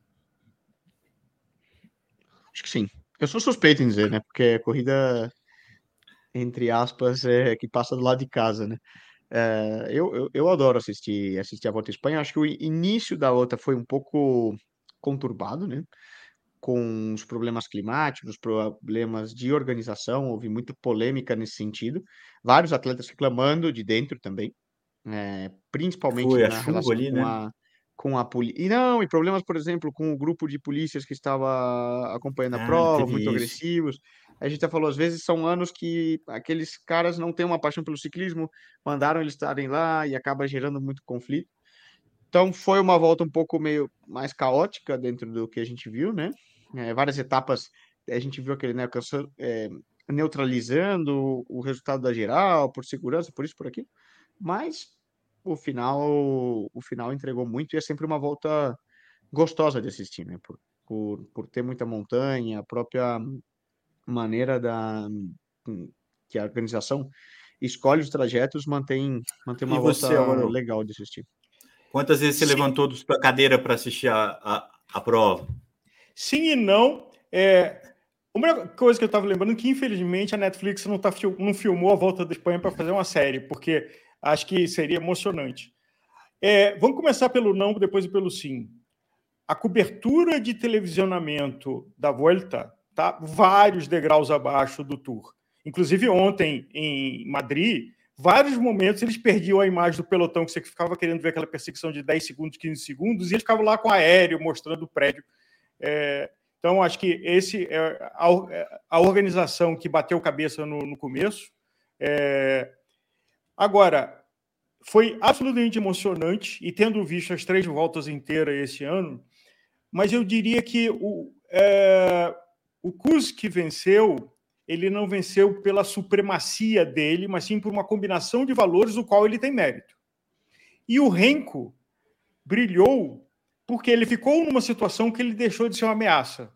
[SPEAKER 3] Acho que sim. Eu sou suspeito em dizer, né? Porque a corrida, entre aspas, que passa do lado de casa, né? Eu adoro assistir a Volta à Espanha. Acho que o início da Volta foi um pouco conturbado, né? Com os problemas climáticos, os problemas de organização. Houve muita polêmica nesse sentido. Vários atletas reclamando de dentro também. Principalmente na relação
[SPEAKER 1] ali,
[SPEAKER 3] com a polícia. E problemas, por exemplo, com o grupo de polícias que estava acompanhando a prova, muito agressivos. A gente já falou, às vezes são anos que aqueles caras não têm uma paixão pelo ciclismo, mandaram eles estarem lá e acaba gerando muito conflito. Então foi uma volta um pouco meio mais caótica dentro do que a gente viu, né? Várias etapas a gente viu aquele, né, neutralizando o resultado da geral, por segurança, por isso, por aqui. Mas o final entregou muito e é sempre uma volta gostosa de assistir, né? Por ter muita montanha, a própria maneira que a organização escolhe os trajetos mantém uma volta legal de assistir.
[SPEAKER 1] Quantas vezes você levantou da cadeira para assistir a prova?
[SPEAKER 2] Sim e não. Uma coisa que eu estava lembrando é que, infelizmente, a Netflix não filmou a Volta da Espanha para fazer uma série, porque acho que seria emocionante. Vamos começar pelo não, depois pelo sim. A cobertura de televisionamento da Volta está vários degraus abaixo do Tour. Inclusive, ontem, em Madrid, vários momentos eles perdiam a imagem do pelotão, que você ficava querendo ver aquela perseguição de 10 segundos, 15 segundos, e eles ficavam lá com aéreo, mostrando o prédio. Então, acho que esse é a organização que bateu cabeça no começo. Agora, foi absolutamente emocionante, e tendo visto as 3 voltas inteiras esse ano, mas eu diria que o Kuss que venceu, ele não venceu pela supremacia dele, mas sim por uma combinação de valores do qual ele tem mérito. E o Renko brilhou porque ele ficou numa situação que ele deixou de ser uma ameaça.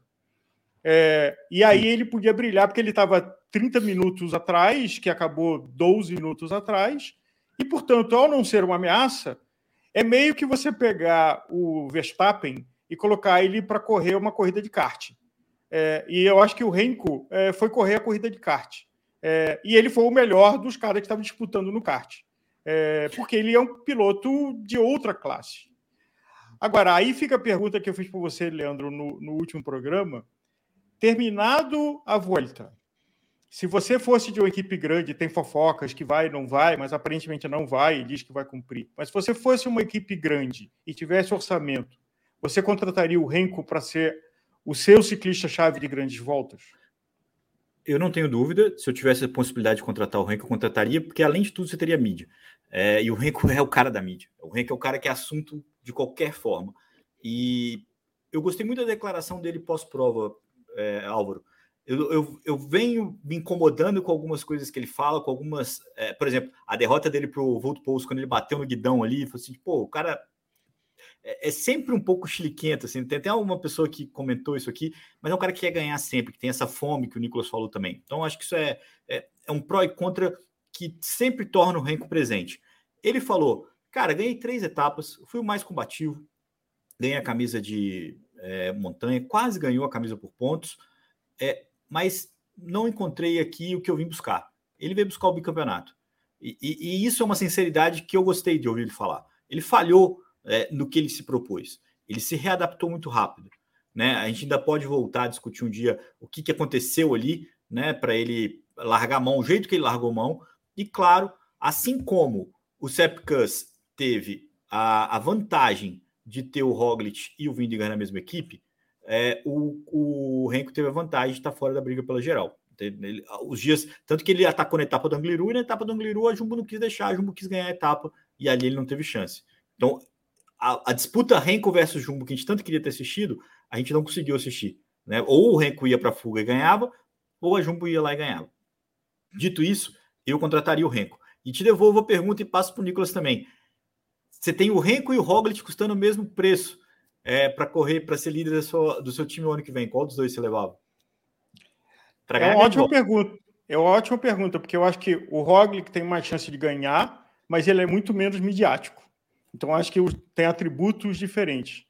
[SPEAKER 2] E aí ele podia brilhar porque ele estava 30 minutos atrás, que acabou 12 minutos atrás, e, portanto, ao não ser uma ameaça, é meio que você pegar o Verstappen e colocar ele para correr uma corrida de kart. E eu acho que o Renko foi correr a corrida de kart. E ele foi o melhor dos caras que estavam disputando no kart. Porque ele é um piloto de outra classe. Agora, aí fica a pergunta que eu fiz para você, Leandro, no último programa. Terminado a volta, se você fosse de uma equipe grande, tem fofocas que vai, não vai, mas aparentemente não vai e diz que vai cumprir. Mas se você fosse uma equipe grande e tivesse orçamento, você contrataria o Renko para ser o seu ciclista-chave de grandes voltas?
[SPEAKER 1] Eu não tenho dúvida. Se eu tivesse a possibilidade de contratar o Renko, eu contrataria, porque além de tudo você teria mídia. E o Renko é o cara da mídia. O Renko é o cara que é assunto de qualquer forma. E eu gostei muito da declaração dele pós-prova, Álvaro. Eu venho me incomodando com algumas coisas que ele fala, com algumas... por exemplo, a derrota dele para o Wout Poels, quando ele bateu no guidão ali, falou assim, pô, o cara é sempre um pouco chiliquento, assim. Tem até uma pessoa que comentou isso aqui, mas é um cara que quer ganhar sempre, que tem essa fome que o Nicolas falou também. Então, acho que isso é um pró e contra que sempre torna o Renko presente. Ele falou, cara, ganhei 3 etapas, fui o mais combativo, ganhei a camisa de montanha, quase ganhou a camisa por pontos, mas não encontrei aqui o que eu vim buscar. Ele veio buscar o bicampeonato. E isso é uma sinceridade que eu gostei de ouvir ele falar. Ele falhou no que ele se propôs. Ele se readaptou muito rápido. Né? A gente ainda pode voltar a discutir um dia o que aconteceu ali, né, para ele largar a mão, o jeito que ele largou a mão. E, claro, assim como o Sepp Kuss teve a vantagem de ter o Roglic e o Vingegaard na mesma equipe, o Renko teve a vantagem de estar fora da briga pela geral. Os dias, tanto que ele atacou na etapa do Angliru, e na etapa do Angliru a Jumbo não quis deixar, a Jumbo quis ganhar a etapa, e ali ele não teve chance. Então, a disputa Renko versus Jumbo, que a gente tanto queria ter assistido, a gente não conseguiu assistir. Né? Ou o Renko ia para a fuga e ganhava, ou a Jumbo ia lá e ganhava. Dito isso, eu contrataria o Renko. E te devolvo a pergunta e passo para o Nicolas também. Você tem o Renko e o Roglic custando o mesmo preço para correr, para ser líder do seu time no ano que vem. Qual dos dois você levava?
[SPEAKER 2] É uma ótima pergunta. É uma ótima pergunta, porque eu acho que o Roglic tem mais chance de ganhar, mas ele é muito menos midiático. Então, acho que tem atributos diferentes.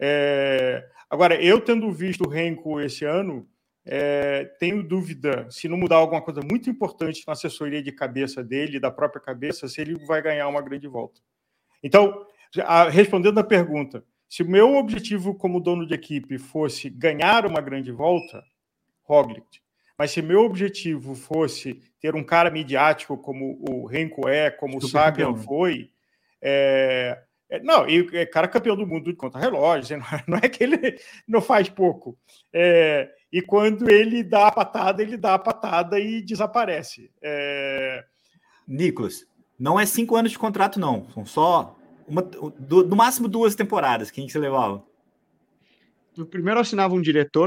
[SPEAKER 2] Agora, eu tendo visto o Renko esse ano, tenho dúvida, se não mudar alguma coisa muito importante na assessoria de cabeça dele, da própria cabeça, se ele vai ganhar uma grande volta. Então, respondendo a pergunta, se o meu objetivo como dono de equipe fosse ganhar uma grande volta, Roglic. Mas se meu objetivo fosse ter um cara midiático como o Renko como o Sagan foi... não, e é cara campeão do mundo de contra-relógio, não é que ele não faz pouco. E quando ele dá a patada e desaparece.
[SPEAKER 1] Nicolas, não é 5 anos de contrato, não. São só no máximo 2 temporadas. Quem que você levava?
[SPEAKER 3] No primeiro assinava um diretor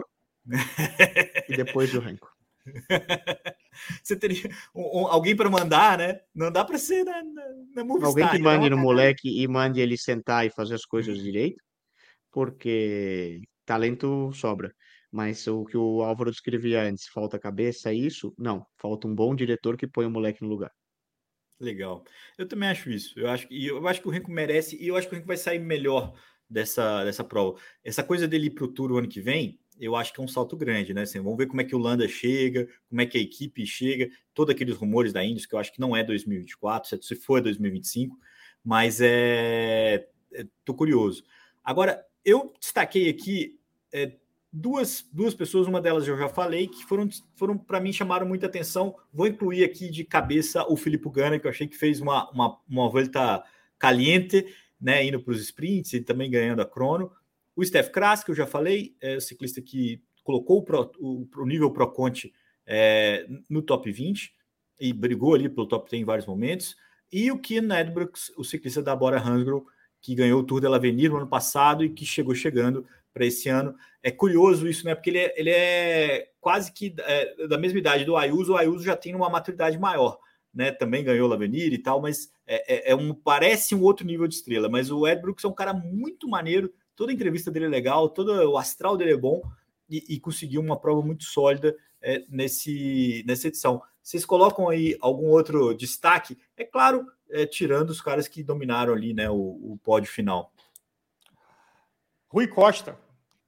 [SPEAKER 3] e depois o Renko.
[SPEAKER 1] Você teria alguém para mandar, né? Não dá para ser na Movistar.
[SPEAKER 3] Alguém que mande no moleque e mande ele sentar e fazer as coisas direito, porque talento sobra. Mas o que o Álvaro descrevia antes, falta cabeça, isso? Não, falta um bom diretor que põe o moleque no lugar.
[SPEAKER 1] Legal. Eu também acho isso. Eu acho que o Renko merece, e eu acho que o Renko vai sair melhor dessa prova. Essa coisa dele ir para o Tour o ano que vem, eu acho que é um salto grande, né? Assim, vamos ver como é que o Landa chega, como é que a equipe chega, todos aqueles rumores da Indies, que eu acho que não é 2024, se for 2025, mas tô curioso. Agora, eu destaquei aqui duas pessoas, uma delas eu já falei, que foram para mim, chamaram muita atenção. Vou incluir aqui de cabeça o Filippo Ganna, que eu achei que fez uma volta caliente, né, indo para os sprints e também ganhando a crono. O Steph Kras, que eu já falei, é o ciclista que colocou o nível Pro Conti no top 20 e brigou ali pelo top 10 em vários momentos. E o Keen Edbrooks, o ciclista da Bora Hansgrohe, que ganhou o Tour de l'Avenir no ano passado e que chegando para esse ano. É curioso isso, né? Porque ele é quase que da mesma idade do Ayuso. O Ayuso já tem uma maturidade maior, né? Também ganhou o l'Avenir e tal, mas parece um outro nível de estrela. Mas o Edbrooks é um cara muito maneiro, toda a entrevista dele é legal, todo o astral dele é bom e conseguiu uma prova muito sólida nessa edição. Vocês colocam aí algum outro destaque? É claro, tirando os caras que dominaram ali, né, o pódio final.
[SPEAKER 2] Rui Costa.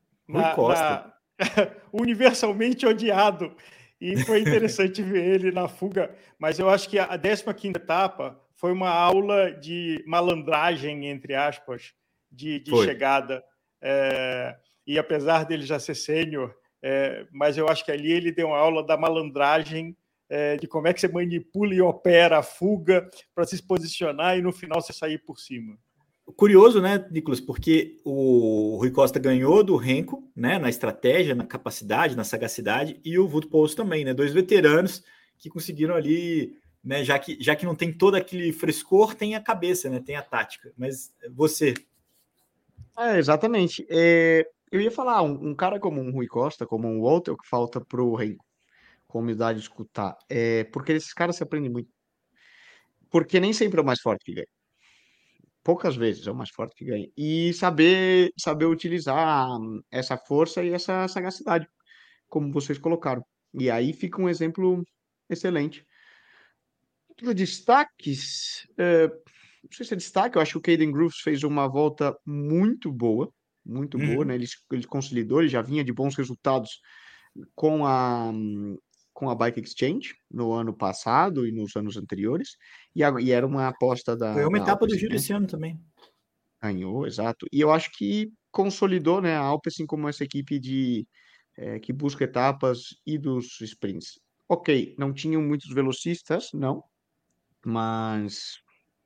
[SPEAKER 2] Universalmente odiado. E foi interessante ver ele na fuga. Mas eu acho que a 15ª etapa foi uma aula de malandragem, entre aspas, de chegada. E apesar dele já ser sênior, mas eu acho que ali ele deu uma aula da malandragem, de como é que você manipula e opera a fuga para se posicionar e no final você sair por cima.
[SPEAKER 1] Curioso, né, Nicolas, porque o Rui Costa ganhou do Renko, né, na estratégia, na capacidade, na sagacidade, e o Wout Poels também, né, 2 veteranos que conseguiram ali, né, já que não tem todo aquele frescor, tem a cabeça, né, tem a tática. Mas você...
[SPEAKER 3] Exatamente. Eu ia falar, um cara como um Rui Costa, como um Walter, o que falta pro Renko, com humildade de escutar, porque esses caras se aprendem muito. Porque nem sempre é o mais forte que ganha. Poucas vezes é o mais forte que ganha. E saber utilizar essa força e essa sagacidade, como vocês colocaram. E aí fica um exemplo excelente. Outros destaques, não sei se é destaque, eu acho que o Caden Groves fez uma volta muito boa, né? Ele consolidou, ele já vinha de bons resultados com a Bike Exchange no ano passado e nos anos anteriores, e era uma aposta
[SPEAKER 1] Ganhou uma
[SPEAKER 3] da
[SPEAKER 1] etapa do
[SPEAKER 3] Alpecin,
[SPEAKER 1] Giro
[SPEAKER 3] né?
[SPEAKER 1] esse ano também.
[SPEAKER 3] Ganhou, exato. E eu acho que consolidou, né, a Alpecin como essa equipe que busca etapas e dos sprints. Ok, não tinham muitos velocistas, não, mas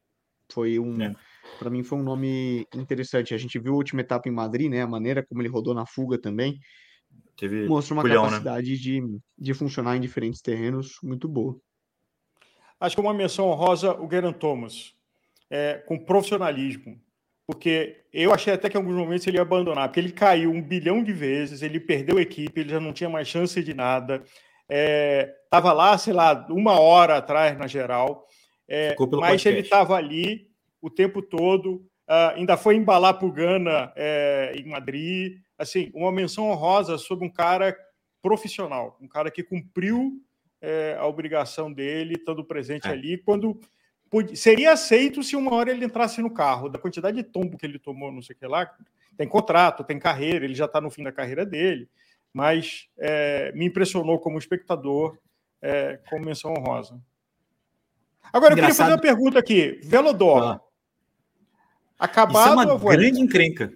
[SPEAKER 3] para mim foi um nome interessante. A gente viu a última etapa em Madrid, né, a maneira como ele rodou na fuga também, mostra uma capacidade, né, de funcionar em diferentes terrenos muito boa.
[SPEAKER 2] Acho que uma menção honrosa o Geraint Thomas, com profissionalismo, porque eu achei até que em alguns momentos ele ia abandonar, porque ele caiu 1 bilhão de vezes, ele perdeu a equipe, ele já não tinha mais chance de nada, estava lá, sei lá, 1 hora atrás na geral, mas ele estava ali o tempo todo, ainda foi embalar para o Ghana em Madrid, assim, uma menção honrosa sobre um cara profissional, um cara que cumpriu a obrigação dele, estando presente ali, quando seria aceito se 1 hora ele entrasse no carro, da quantidade de tombo que ele tomou, não sei o que lá, tem contrato, tem carreira, ele já está no fim da carreira dele, mas me impressionou como espectador, como menção honrosa. Agora, eu queria fazer uma pergunta aqui. Velodor. Acabado
[SPEAKER 1] ou Vuelta? Grande encrenca.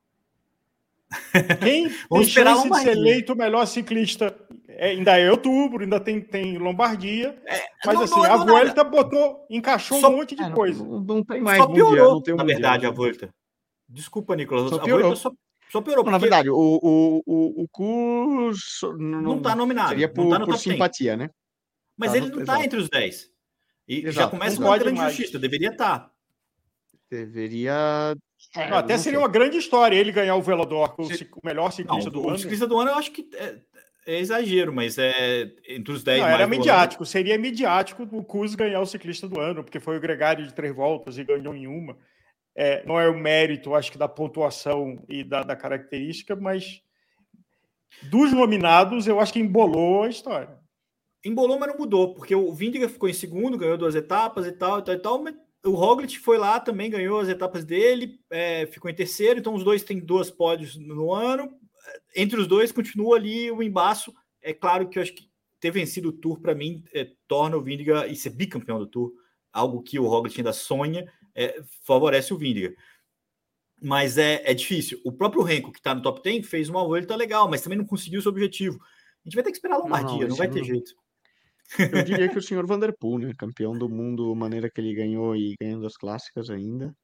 [SPEAKER 2] Quem tem chance de ser eleito o melhor ciclista? Ainda é outubro, ainda tem Lombardia. Mas assim, a Vuelta encaixou um monte de coisa.
[SPEAKER 3] Não tem mais
[SPEAKER 1] só piorou,
[SPEAKER 3] não tem
[SPEAKER 1] na verdade, a Vuelta. Desculpa, Nicolas.
[SPEAKER 3] A Vuelta
[SPEAKER 1] só piorou.
[SPEAKER 3] Na verdade, o curso
[SPEAKER 1] não está nominado.
[SPEAKER 3] Seria por simpatia,
[SPEAKER 1] 10.
[SPEAKER 3] Né?
[SPEAKER 1] Mas ele não está entre os 10. E já começa uma grande justiça. Deveria estar.
[SPEAKER 3] Deveria...
[SPEAKER 2] até seria uma grande história ele ganhar o Velodor, o melhor ciclista do ano.
[SPEAKER 1] O ciclista do ano eu acho que é exagero, mas entre os 10
[SPEAKER 2] não, era midiático. Seria midiático o Kuss ganhar o ciclista do ano, porque foi o gregário de 3 voltas e ganhou em uma. Não é o mérito, acho que, da pontuação e da característica, mas dos nominados, eu acho que embolou a história.
[SPEAKER 1] Embolou, mas não mudou, porque o Vingegaard ficou em segundo, ganhou 2 etapas e tal, mas o Roglic foi lá, também ganhou as etapas dele, ficou em terceiro, então os dois têm 2 pódios no ano. Entre os dois, continua ali o embaço. É claro que eu acho que ter vencido o Tour, para mim, torna o Vingegaard e ser bicampeão do Tour, algo que o Roglic ainda sonha, favorece o Vingegaard. Mas é difícil. O próprio Renko, que está no top 10, fez uma volta legal, mas também não conseguiu o seu objetivo. A gente vai ter que esperar a Lombardia, não vai ter jeito.
[SPEAKER 3] Eu diria que o senhor Van der Poel, né? Campeão do mundo, maneira que ele ganhou e ganhando as clássicas ainda.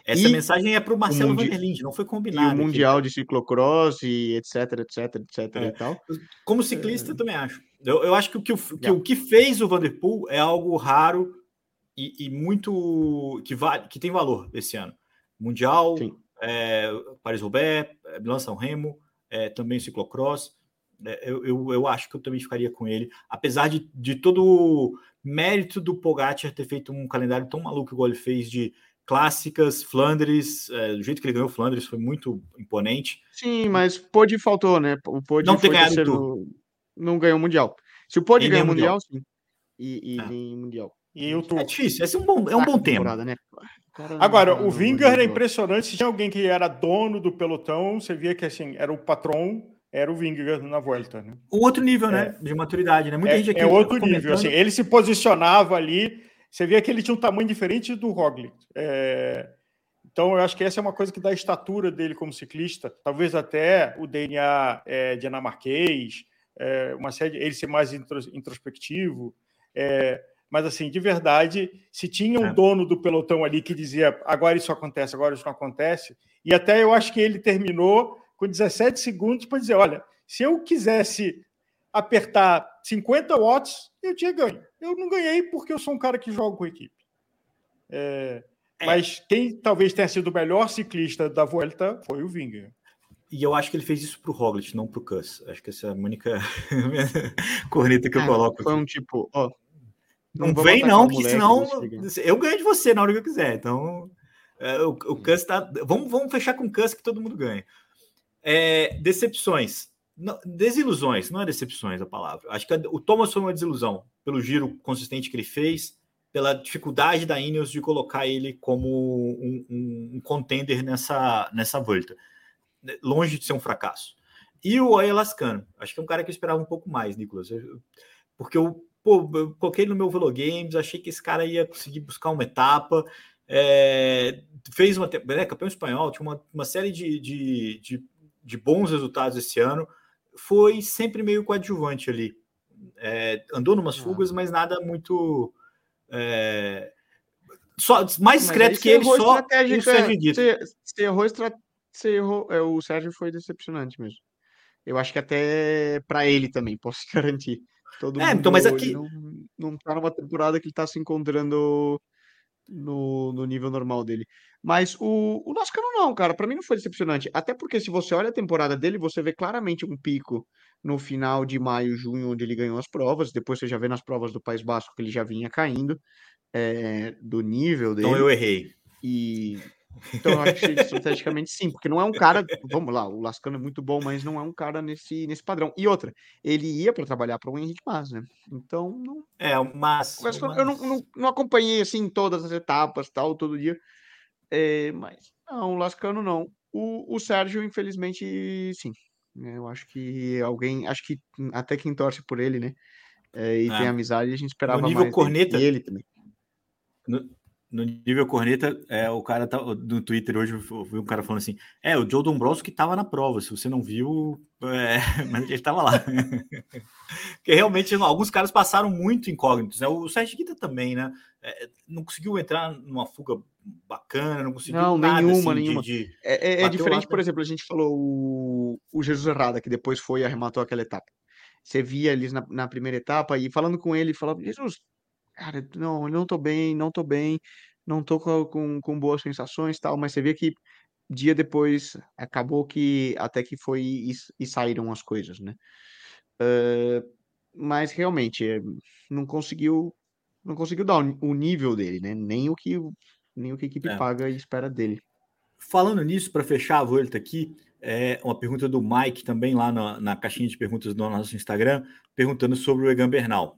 [SPEAKER 1] Essa mensagem é para o Marcelo Van der Linde, não foi
[SPEAKER 3] E o
[SPEAKER 1] combinado.
[SPEAKER 3] Mundial de Ciclocross e etc e tal.
[SPEAKER 1] Como ciclista, eu também acho. Eu acho que o que fez o Van der Poel é algo raro e muito que tem valor esse ano. Mundial, Paris-Roubaix, Milan-San Remo, também ciclocross. Eu acho que eu também ficaria com ele, apesar de todo o mérito do Pogacar ter feito um calendário tão maluco igual ele fez de clássicas, Flandres, do jeito que ele ganhou Flandres foi muito imponente.
[SPEAKER 3] Sim, mas Pôde faltou, né? O Pôde
[SPEAKER 1] não ter
[SPEAKER 3] foi
[SPEAKER 1] ganhado
[SPEAKER 3] terceiro, não ganhou o Mundial. Se o Pôde ganhar o Mundial, sim. E nem Mundial.
[SPEAKER 2] E o Tour.
[SPEAKER 1] É difícil, esse é um bom tema.
[SPEAKER 3] Né?
[SPEAKER 2] Agora, o Vingegaard era impressionante. Se tinha alguém que era dono do pelotão, você via que assim, era o patrão, era o Vingegaard na Volta. Né?
[SPEAKER 1] Um outro nível, né? De maturidade, né? Muita gente aqui
[SPEAKER 2] outro nível. Assim, ele se posicionava ali, você via que ele tinha um tamanho diferente do Roglic. Então, eu acho que essa é uma coisa que dá a estatura dele como ciclista. Talvez até o DNA dinamarquês, uma série, ele ser mais introspectivo. Mas, assim, de verdade, se tinha um dono do pelotão ali que dizia agora isso acontece, agora isso não acontece, e até eu acho que ele terminou com 17 segundos para dizer, olha, se eu quisesse apertar 50 watts, eu tinha ganho. Eu não ganhei porque eu sou um cara que joga com equipe. Mas quem talvez tenha sido o melhor ciclista da Vuelta foi o Vingegaard.
[SPEAKER 1] E eu acho que ele fez isso pro Roglic, não pro Kuss. Acho que essa é a única corneta que eu coloco.
[SPEAKER 3] Foi um tipo,
[SPEAKER 1] não vem não, que senão eu ganho de você na hora que eu quiser. Então, o Kuss tá... Vamos fechar com o Kuss que todo mundo ganha. Decepções. Não, desilusões, não é decepções a palavra. Acho que o Thomas foi uma desilusão pelo giro consistente que ele fez, pela dificuldade da Ineos de colocar ele como um contender nessa volta. Longe de ser um fracasso. E o Oya Lascano. Acho que é um cara que eu esperava um pouco mais, Nicolas. Porque eu coloquei no meu Velogames, achei que esse cara ia conseguir buscar uma etapa. Fez uma campeão espanhol, tinha uma série de bons resultados esse ano. Foi sempre meio coadjuvante ali. Andou numas fugas, mas nada muito... só mais discreto que ele, só o Sérgio Dito.
[SPEAKER 3] Você errou, o Sérgio foi decepcionante mesmo. Eu acho que até para ele também, posso garantir. Todo mundo
[SPEAKER 1] então, mas aqui
[SPEAKER 3] não tá numa temporada que ele tá se encontrando no nível normal dele. Mas o Lascano não, cara, para mim não foi decepcionante. Até porque se você olha a temporada dele, você vê claramente um pico no final de maio, junho, onde ele ganhou as provas. Depois você já vê nas provas do País Basco que ele já vinha caindo do nível dele.
[SPEAKER 1] Então eu errei.
[SPEAKER 3] Então eu acho que estrategicamente sim, porque não é um cara, vamos lá, o Lascano é muito bom, mas não é um cara nesse padrão. E outra, ele ia para trabalhar para o Henrique Mas, né? Então não. Eu não acompanhei assim todas as etapas, tal, todo dia. Mas não, o Lascano não. O Sérgio, infelizmente, sim. Eu acho que acho que até quem torce por ele, né? E tem amizade, a gente esperava
[SPEAKER 1] no nível
[SPEAKER 3] mais
[SPEAKER 1] corneta,
[SPEAKER 3] dele. E ele também.
[SPEAKER 1] No nível corneta, o cara tá no Twitter hoje, eu vi um cara falando assim, o Joe Dombrowski tava na prova, se você não viu, mas ele tava lá. Porque realmente alguns caras passaram muito incógnitos, né? O Sérgio Guita também, né? Não conseguiu entrar numa fuga bacana, não conseguiu nada
[SPEAKER 3] nenhuma.
[SPEAKER 1] É
[SPEAKER 3] diferente, por exemplo, a gente falou o Jesus Herrada, que depois foi e arrematou aquela etapa. Você via eles na primeira etapa e falando com ele, falava, Jesus, cara, não tô bem, não tô com boas sensações e tal, mas você vê que dia depois acabou que até que foi e saíram as coisas, né? Mas realmente não conseguiu dar o nível dele, né? Nem o que a equipe paga e espera dele.
[SPEAKER 1] Falando nisso, para fechar a volta aqui, uma pergunta do Mike também lá na caixinha de perguntas do nosso Instagram, perguntando sobre o Egan Bernal.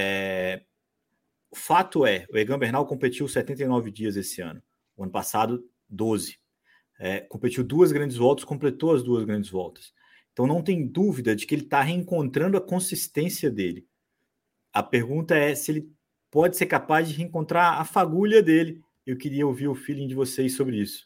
[SPEAKER 1] O fato é, o Egan Bernal competiu 79 dias esse ano. O ano passado, 12. Competiu 2 grandes voltas, completou as 2 grandes voltas. Então não tem dúvida de que ele está reencontrando a consistência dele. A pergunta é se ele pode ser capaz de reencontrar a fagulha dele. Eu queria ouvir o feeling de vocês sobre isso.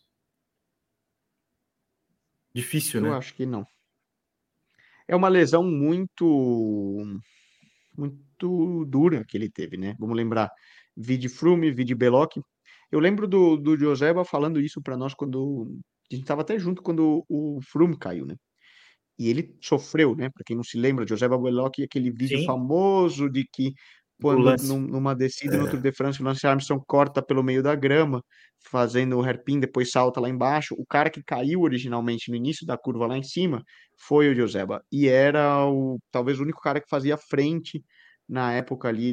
[SPEAKER 1] Difícil, né?
[SPEAKER 3] Eu acho que não. É uma lesão muito dura que ele teve, né? Vamos lembrar, vide Froome, vide Beloc. Eu lembro do Joseba falando isso para nós quando a gente estava até junto quando o Froome caiu, né? E ele sofreu, né? Para quem não se lembra, Joseba Bullock, aquele vídeo
[SPEAKER 1] Sim,
[SPEAKER 3] famoso de que
[SPEAKER 1] do
[SPEAKER 3] quando
[SPEAKER 1] lance.
[SPEAKER 3] numa descida no Tour de France, o Lance Armstrong corta pelo meio da grama, fazendo o hairpin, depois salta lá embaixo. O cara que caiu originalmente no início da curva lá em cima foi o Joseba. E era talvez o único cara que fazia frente na época ali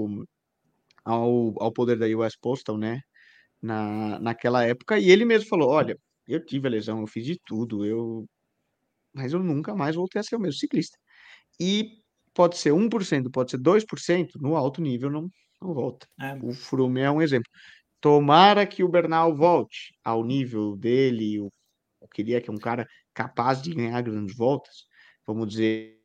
[SPEAKER 3] ao poder da US Postal, né? Naquela época. E ele mesmo falou: Olha, eu tive a lesão, eu fiz de tudo, mas eu nunca mais voltei a ser o mesmo ciclista. E pode ser 1%, pode ser 2%, no alto nível não volta.
[SPEAKER 1] É,
[SPEAKER 3] O Froome é um exemplo. Tomara que o Bernal volte ao nível dele, eu queria que é um cara capaz de ganhar grandes voltas, vamos dizer.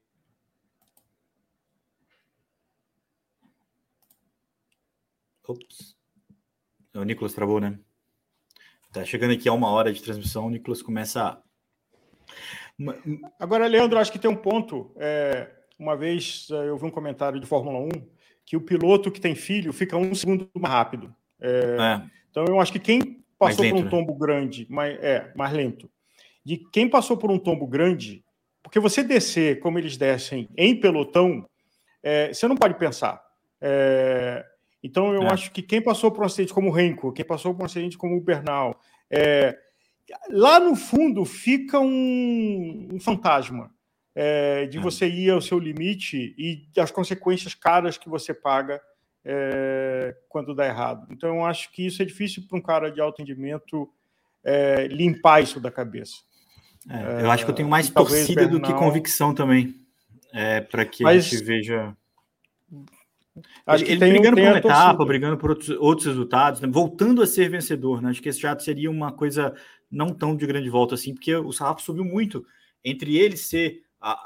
[SPEAKER 1] ops. O Nicolas travou, né? Tá chegando aqui a 1 hora de transmissão, o Nicolas começa a...
[SPEAKER 2] Agora, Leandro, acho que tem um ponto. Uma vez eu vi um comentário de Fórmula 1 que o piloto que tem filho fica 1 segundo mais rápido. Então, eu acho que quem passou por um tombo grande, mais lento, de quem passou por um tombo grande, porque você descer como eles descem em pelotão, você não pode pensar. Então, eu acho que quem passou por um acidente como o Renko, quem passou por um acidente como o Bernal, lá no fundo fica um fantasma de você ir ao seu limite e as consequências caras que você paga quando dá errado. Então, eu acho que isso é difícil para um cara de alto rendimento limpar isso da cabeça.
[SPEAKER 1] Eu acho que eu tenho mais torcida do que convicção também, para que a gente veja...
[SPEAKER 2] Acho que
[SPEAKER 1] ele brigando por uma etapa, brigando por outros resultados, né? Voltando a ser vencedor, né? Acho que esse já seria uma coisa não tão de grande volta assim, porque o sarrafo subiu muito entre ele ser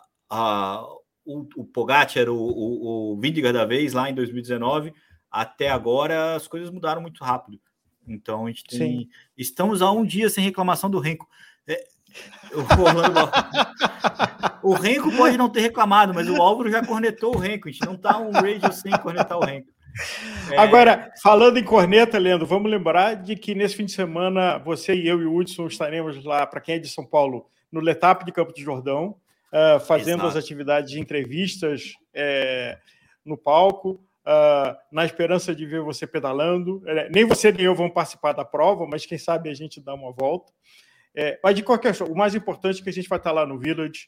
[SPEAKER 1] o Pogacar, o Vingegaard da vez lá em 2019, até agora as coisas mudaram muito rápido. Então a gente estamos a um dia sem reclamação do Renko. O Renko pode não ter reclamado, mas o Álvaro já cornetou o Renko. A gente não tá um radio sem cornetar o Renko.
[SPEAKER 2] Agora, falando em corneta, Leandro, vamos lembrar de que nesse fim de semana você e eu e o Hudson estaremos lá, para quem é de São Paulo, no Letap de Campo de Jordão, fazendo as atividades de entrevistas no palco, na esperança de ver você pedalando. Nem você nem eu vão participar da prova, mas quem sabe a gente dá uma volta. Mas de qualquer forma, o mais importante é que a gente vai estar lá no Village.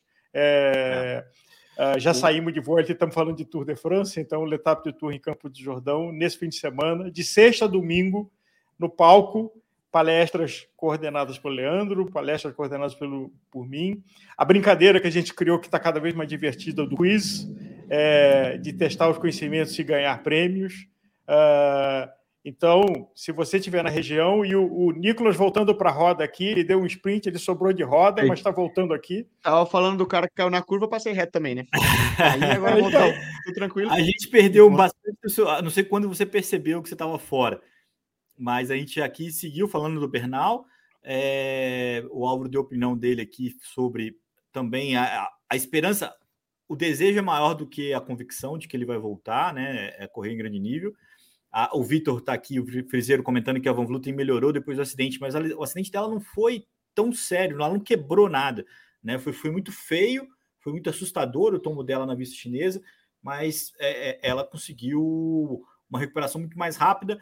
[SPEAKER 2] Já saímos de volta e estamos falando de Tour de France, então o L'Etape du Tour em Campo de Jordão, nesse fim de semana, de sexta a domingo, no palco, palestras coordenadas pelo Leandro, palestras coordenadas por mim. A brincadeira que a gente criou, que está cada vez mais divertida, do quiz, de testar os conhecimentos e ganhar prêmios. Então, se você estiver na região, e o Nicolas voltando para a roda aqui, ele deu um sprint, ele sobrou de roda, mas está voltando aqui.
[SPEAKER 3] Estava falando do cara que caiu na curva, passei reto também, né? Aí agora voltei, tô tranquilo.
[SPEAKER 1] A gente perdeu bastante, não sei quando você percebeu que você estava fora, mas a gente aqui seguiu falando do Bernal. O Álvaro deu a opinião dele aqui sobre também a esperança, o desejo é maior do que a convicção de que ele vai voltar, né? Correr em grande nível. O Vitor está aqui, o Friseiro, comentando que a Van Vleuten melhorou depois do acidente, mas o acidente dela não foi tão sério, ela não quebrou nada, né? Foi muito feio, foi muito assustador o tombo dela na pista chinesa, mas ela conseguiu uma recuperação muito mais rápida.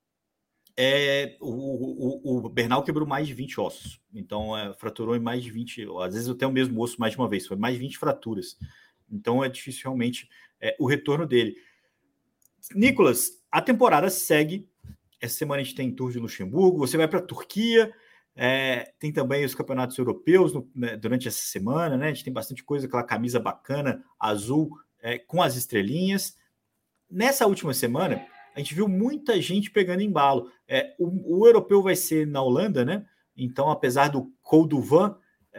[SPEAKER 1] O Bernal quebrou mais de 20 ossos, então fraturou em mais de 20, às vezes até o mesmo osso mais de uma vez, foi mais de 20 fraturas, então é difícil realmente o retorno dele. Nicolas, a temporada segue. Essa semana a gente tem Tour de Luxemburgo, você vai para a Turquia, tem também os campeonatos europeus durante essa semana, né? A gente tem bastante coisa, aquela camisa bacana, azul, com as estrelinhas. Nessa última semana, a gente viu muita gente pegando embalo. O europeu vai ser na Holanda, né? Então, apesar do Col du Vent,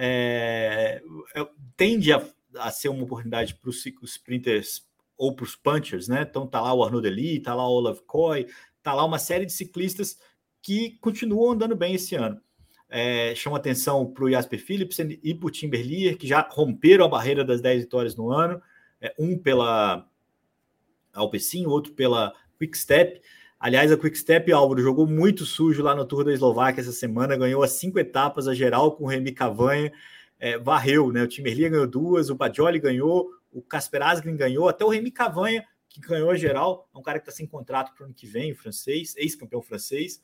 [SPEAKER 1] tende a ser uma oportunidade para os sprinters ou para os punchers, né? Então tá lá o Arnaud Delis, tá lá o Olav Koy, tá lá uma série de ciclistas que continuam andando bem esse ano. Chama atenção para o Jasper Philipsen e para o Tim Merlier, que já romperam a barreira das 10 vitórias no ano, um pela Alpecin, outro pela Quick Step. Aliás, a Quick-Step, Álvaro, jogou muito sujo lá no Tour da Eslováquia essa semana, ganhou as 5 etapas, a geral com o Remy Cavanha, varreu, né? O Tim Merlier ganhou 2, o Badioli ganhou, o Casper Asgreen ganhou, até o Remy Cavanha, que ganhou a geral, é um cara que está sem contrato para o ano que vem, o francês, ex-campeão francês,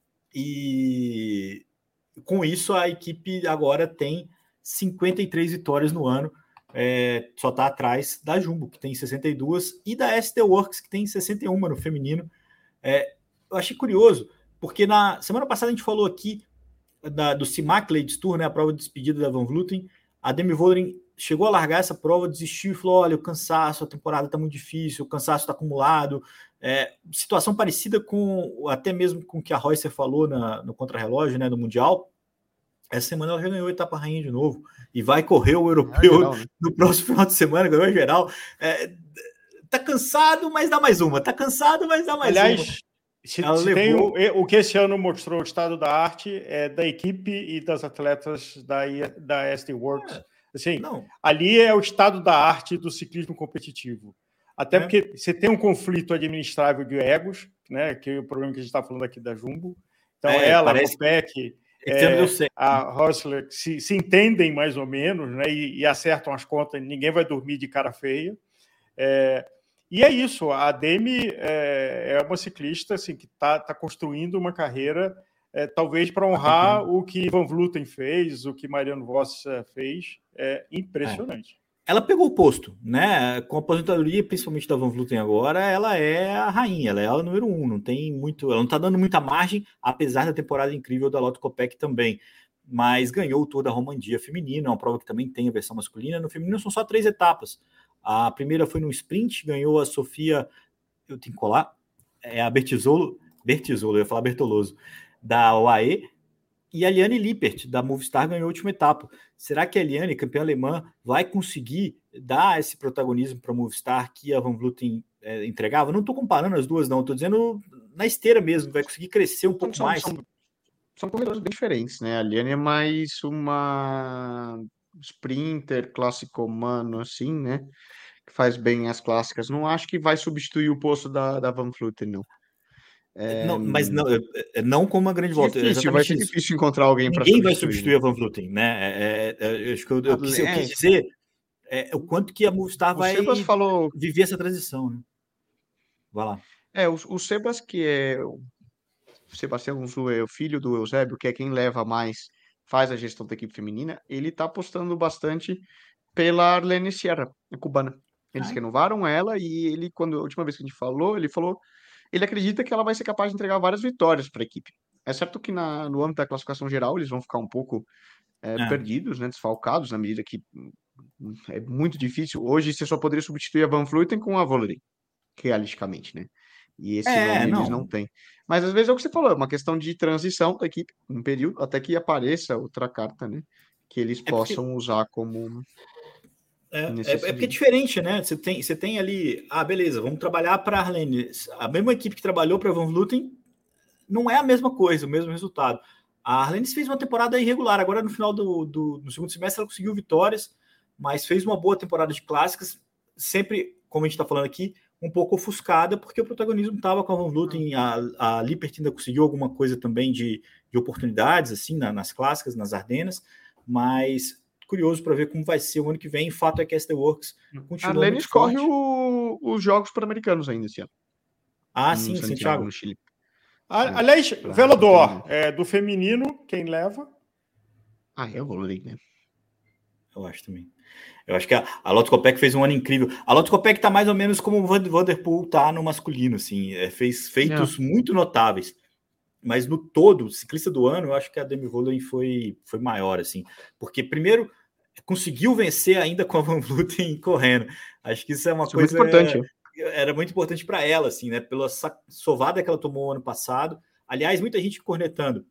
[SPEAKER 1] e com isso a equipe agora tem 53 vitórias no ano, só está atrás da Jumbo, que tem 62, e da ST Works, que tem 61 no feminino. Eu achei curioso, porque na semana passada a gente falou aqui do CIMAC Ladies Tour, né, a prova de despedida da Van Vleuten. A Demi Vollering chegou a largar essa prova, desistiu e falou, olha, o cansaço, a temporada está muito difícil, o cansaço está acumulado. Situação parecida com até mesmo com o que a Reusser falou no contrarrelógio, né, no Mundial. Essa semana ela já ganhou a etapa rainha de novo e vai correr o europeu geral, né? No próximo final de semana, ganhou a geral. Tá cansado, mas dá mais uma. Tá cansado, mas dá mais uma.
[SPEAKER 2] Aliás, se tem o que esse ano mostrou o estado da arte é da equipe e das atletas da ST Works. Assim, ali é o estado da arte do ciclismo competitivo. Até porque você tem um conflito administrável de egos, né? Que é o problema que a gente está falando aqui da Jumbo. Então, a Copec, a Rosler se entendem mais ou menos, né? E acertam as contas, ninguém vai dormir de cara feia. E é isso, a Demi é uma ciclista assim, que está construindo uma carreira, talvez para honrar o que Van Vleuten fez, o que Marianne Vos fez. É impressionante.
[SPEAKER 1] Ela pegou o posto, né? Com a aposentadoria, principalmente da Van Vleuten agora, ela é a rainha, ela é a número 1, não tem muito, ela não está dando muita margem, apesar da temporada incrível da Lotto Kopeck também. Mas ganhou o Tour da Romandia feminino, é uma prova que também tem a versão masculina. No feminino são só 3 etapas. A primeira foi no sprint, ganhou a Sofia, eu tenho que colar, a Bertizolo, eu ia falar Bertoloso, da UAE, e a Liane Lippert, da Movistar, ganhou a última etapa. Será que a Liane, campeã alemã, vai conseguir dar esse protagonismo para a Movistar que a Van Vleuten entregava? Não estou comparando as duas, não, estou dizendo na esteira mesmo, vai conseguir crescer um pouco mais.
[SPEAKER 3] São corredores bem diferentes, né? A Liane é mais uma sprinter, clássico humano, assim, né? Que faz bem as clássicas. Não acho que vai substituir o posto da Van Vleuten, não.
[SPEAKER 1] Não, mas não como uma grande volta.
[SPEAKER 3] Difícil, vai ser difícil encontrar alguém para substituir.
[SPEAKER 1] Ninguém vai substituir a Van Vleuten, né? Acho que eu quis dizer o quanto que a Movistar vai viver essa transição, né? Vai lá.
[SPEAKER 3] O Sebas, que é o Sebastião Zu, é o filho do Eusébio, que é quem leva mais, faz a gestão da equipe feminina, ele tá apostando bastante pela Arlene Sierra, a cubana. Eles renovaram ela e ele, a última vez que a gente falou, ele acredita que ela vai ser capaz de entregar várias vitórias para a equipe. É certo que no âmbito da classificação geral eles vão ficar um pouco perdidos, né, desfalcados, na medida que é muito difícil. Hoje você só poderia substituir a Van Vleuten com a Vollering, realisticamente, né? E esse nome eles não têm. Mas às vezes é o que você falou, é uma questão de transição da equipe, um período, até que apareça outra carta, né? Que eles possam usar como...
[SPEAKER 1] porque é diferente, né? Você tem ali, beleza, vamos trabalhar para a Arlene. A mesma equipe que trabalhou para a Van Vleuten não é a mesma coisa, o mesmo resultado. A Arlene fez uma temporada irregular, agora no final do segundo semestre ela conseguiu vitórias, mas fez uma boa temporada de clássicas, sempre, como a gente está falando aqui, um pouco ofuscada, porque o protagonismo estava com a Van Vleuten, a Lippert ainda conseguiu alguma coisa também de oportunidades, assim, nas clássicas, nas Ardenas, mas curioso para ver como vai ser o ano que vem. O fato é que a ST Works continua
[SPEAKER 3] Arlene
[SPEAKER 1] muito forte.
[SPEAKER 3] corre os Jogos Pan-Americanos ainda esse ano.
[SPEAKER 1] Sim, Santiago.
[SPEAKER 3] No Chile.
[SPEAKER 2] Aliás, Velador, do feminino, quem leva?
[SPEAKER 3] Eu vou ler, né?
[SPEAKER 1] Eu acho também. Eu acho que a Lotto Kopeck fez um ano incrível. A Lotto Kopeck está mais ou menos como o Vanderpool está no masculino, assim, fez feitos muito notáveis. Mas no todo, ciclista do ano, eu acho que a Demi Vollering foi maior, assim, porque primeiro conseguiu vencer ainda com a Van Vleuten correndo. Acho que isso é uma coisa
[SPEAKER 3] muito importante.
[SPEAKER 1] Era muito importante para ela, assim, né? Pela sovada que ela tomou ano passado. Aliás, muita gente cornetando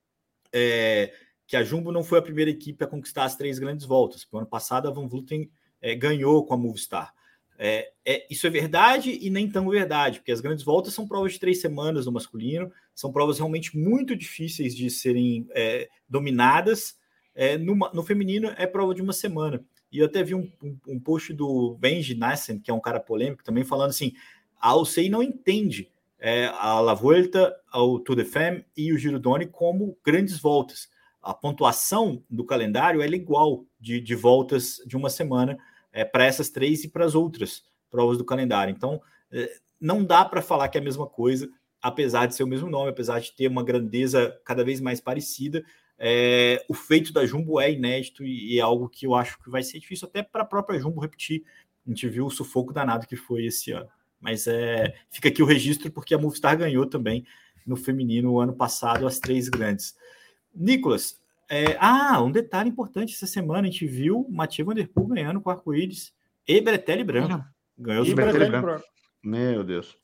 [SPEAKER 1] que a Jumbo não foi a primeira equipe a conquistar as 3 grandes voltas. No ano passado, a Van Vleuten ganhou com a Movistar. Isso é verdade e nem tão verdade, porque as grandes voltas são provas de 3 semanas no masculino, são provas realmente muito difíceis de serem dominadas. No feminino é prova de 1 semana. E eu até vi um post do Benji Nassen, que é um cara polêmico, também falando assim, a UCI não entende a La Vuelta, o Tour de Femme e o Giro Doni como grandes voltas. A pontuação do calendário é igual de voltas de uma semana para essas 3 e para as outras provas do calendário. Então, não dá para falar que é a mesma coisa, apesar de ser o mesmo nome, apesar de ter uma grandeza cada vez mais parecida. O feito da Jumbo é inédito e é algo que eu acho que vai ser difícil até para a própria Jumbo repetir. A gente viu o sufoco danado que foi esse ano. Mas fica aqui o registro, porque a Movistar ganhou também no feminino o ano passado, as 3 grandes. Nicolas, um detalhe importante, essa semana a gente viu Mathieu Van Der Poel ganhando com arco-íris e bretelle branco. Ganhou o
[SPEAKER 2] bretelle branco.
[SPEAKER 3] Meu Deus.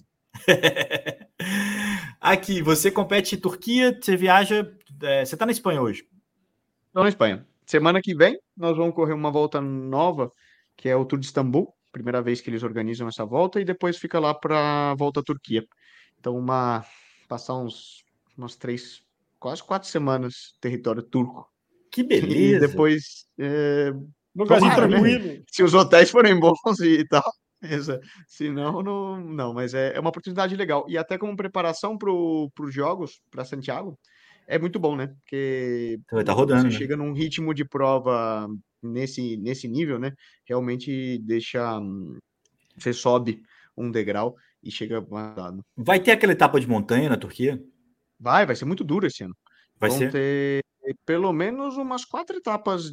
[SPEAKER 1] Aqui, você compete em Turquia, você viaja... você está na Espanha hoje?
[SPEAKER 3] Estou na Espanha. Semana que vem, nós vamos correr uma volta nova, que é o Tour de Istambul. Primeira vez que eles organizam essa volta, e depois fica lá para a volta à Turquia. Então, passar umas 3, quase 4 semanas território turco.
[SPEAKER 1] Que beleza!
[SPEAKER 3] E depois...
[SPEAKER 2] lugarzinho tranquilo.
[SPEAKER 3] Né? Se os hotéis forem bons e tal. Se não, não. Mas é uma oportunidade legal. E até como preparação para os jogos, para Santiago, é muito bom, né? Porque
[SPEAKER 1] você vai estar rodando,
[SPEAKER 3] você chega num ritmo de prova nesse nível, né? Realmente você sobe um degrau e chega mais dado.
[SPEAKER 1] Vai ter aquela etapa de montanha na Turquia?
[SPEAKER 3] Vai ser muito duro esse ano.
[SPEAKER 1] Vão
[SPEAKER 3] ter pelo menos umas 4 etapas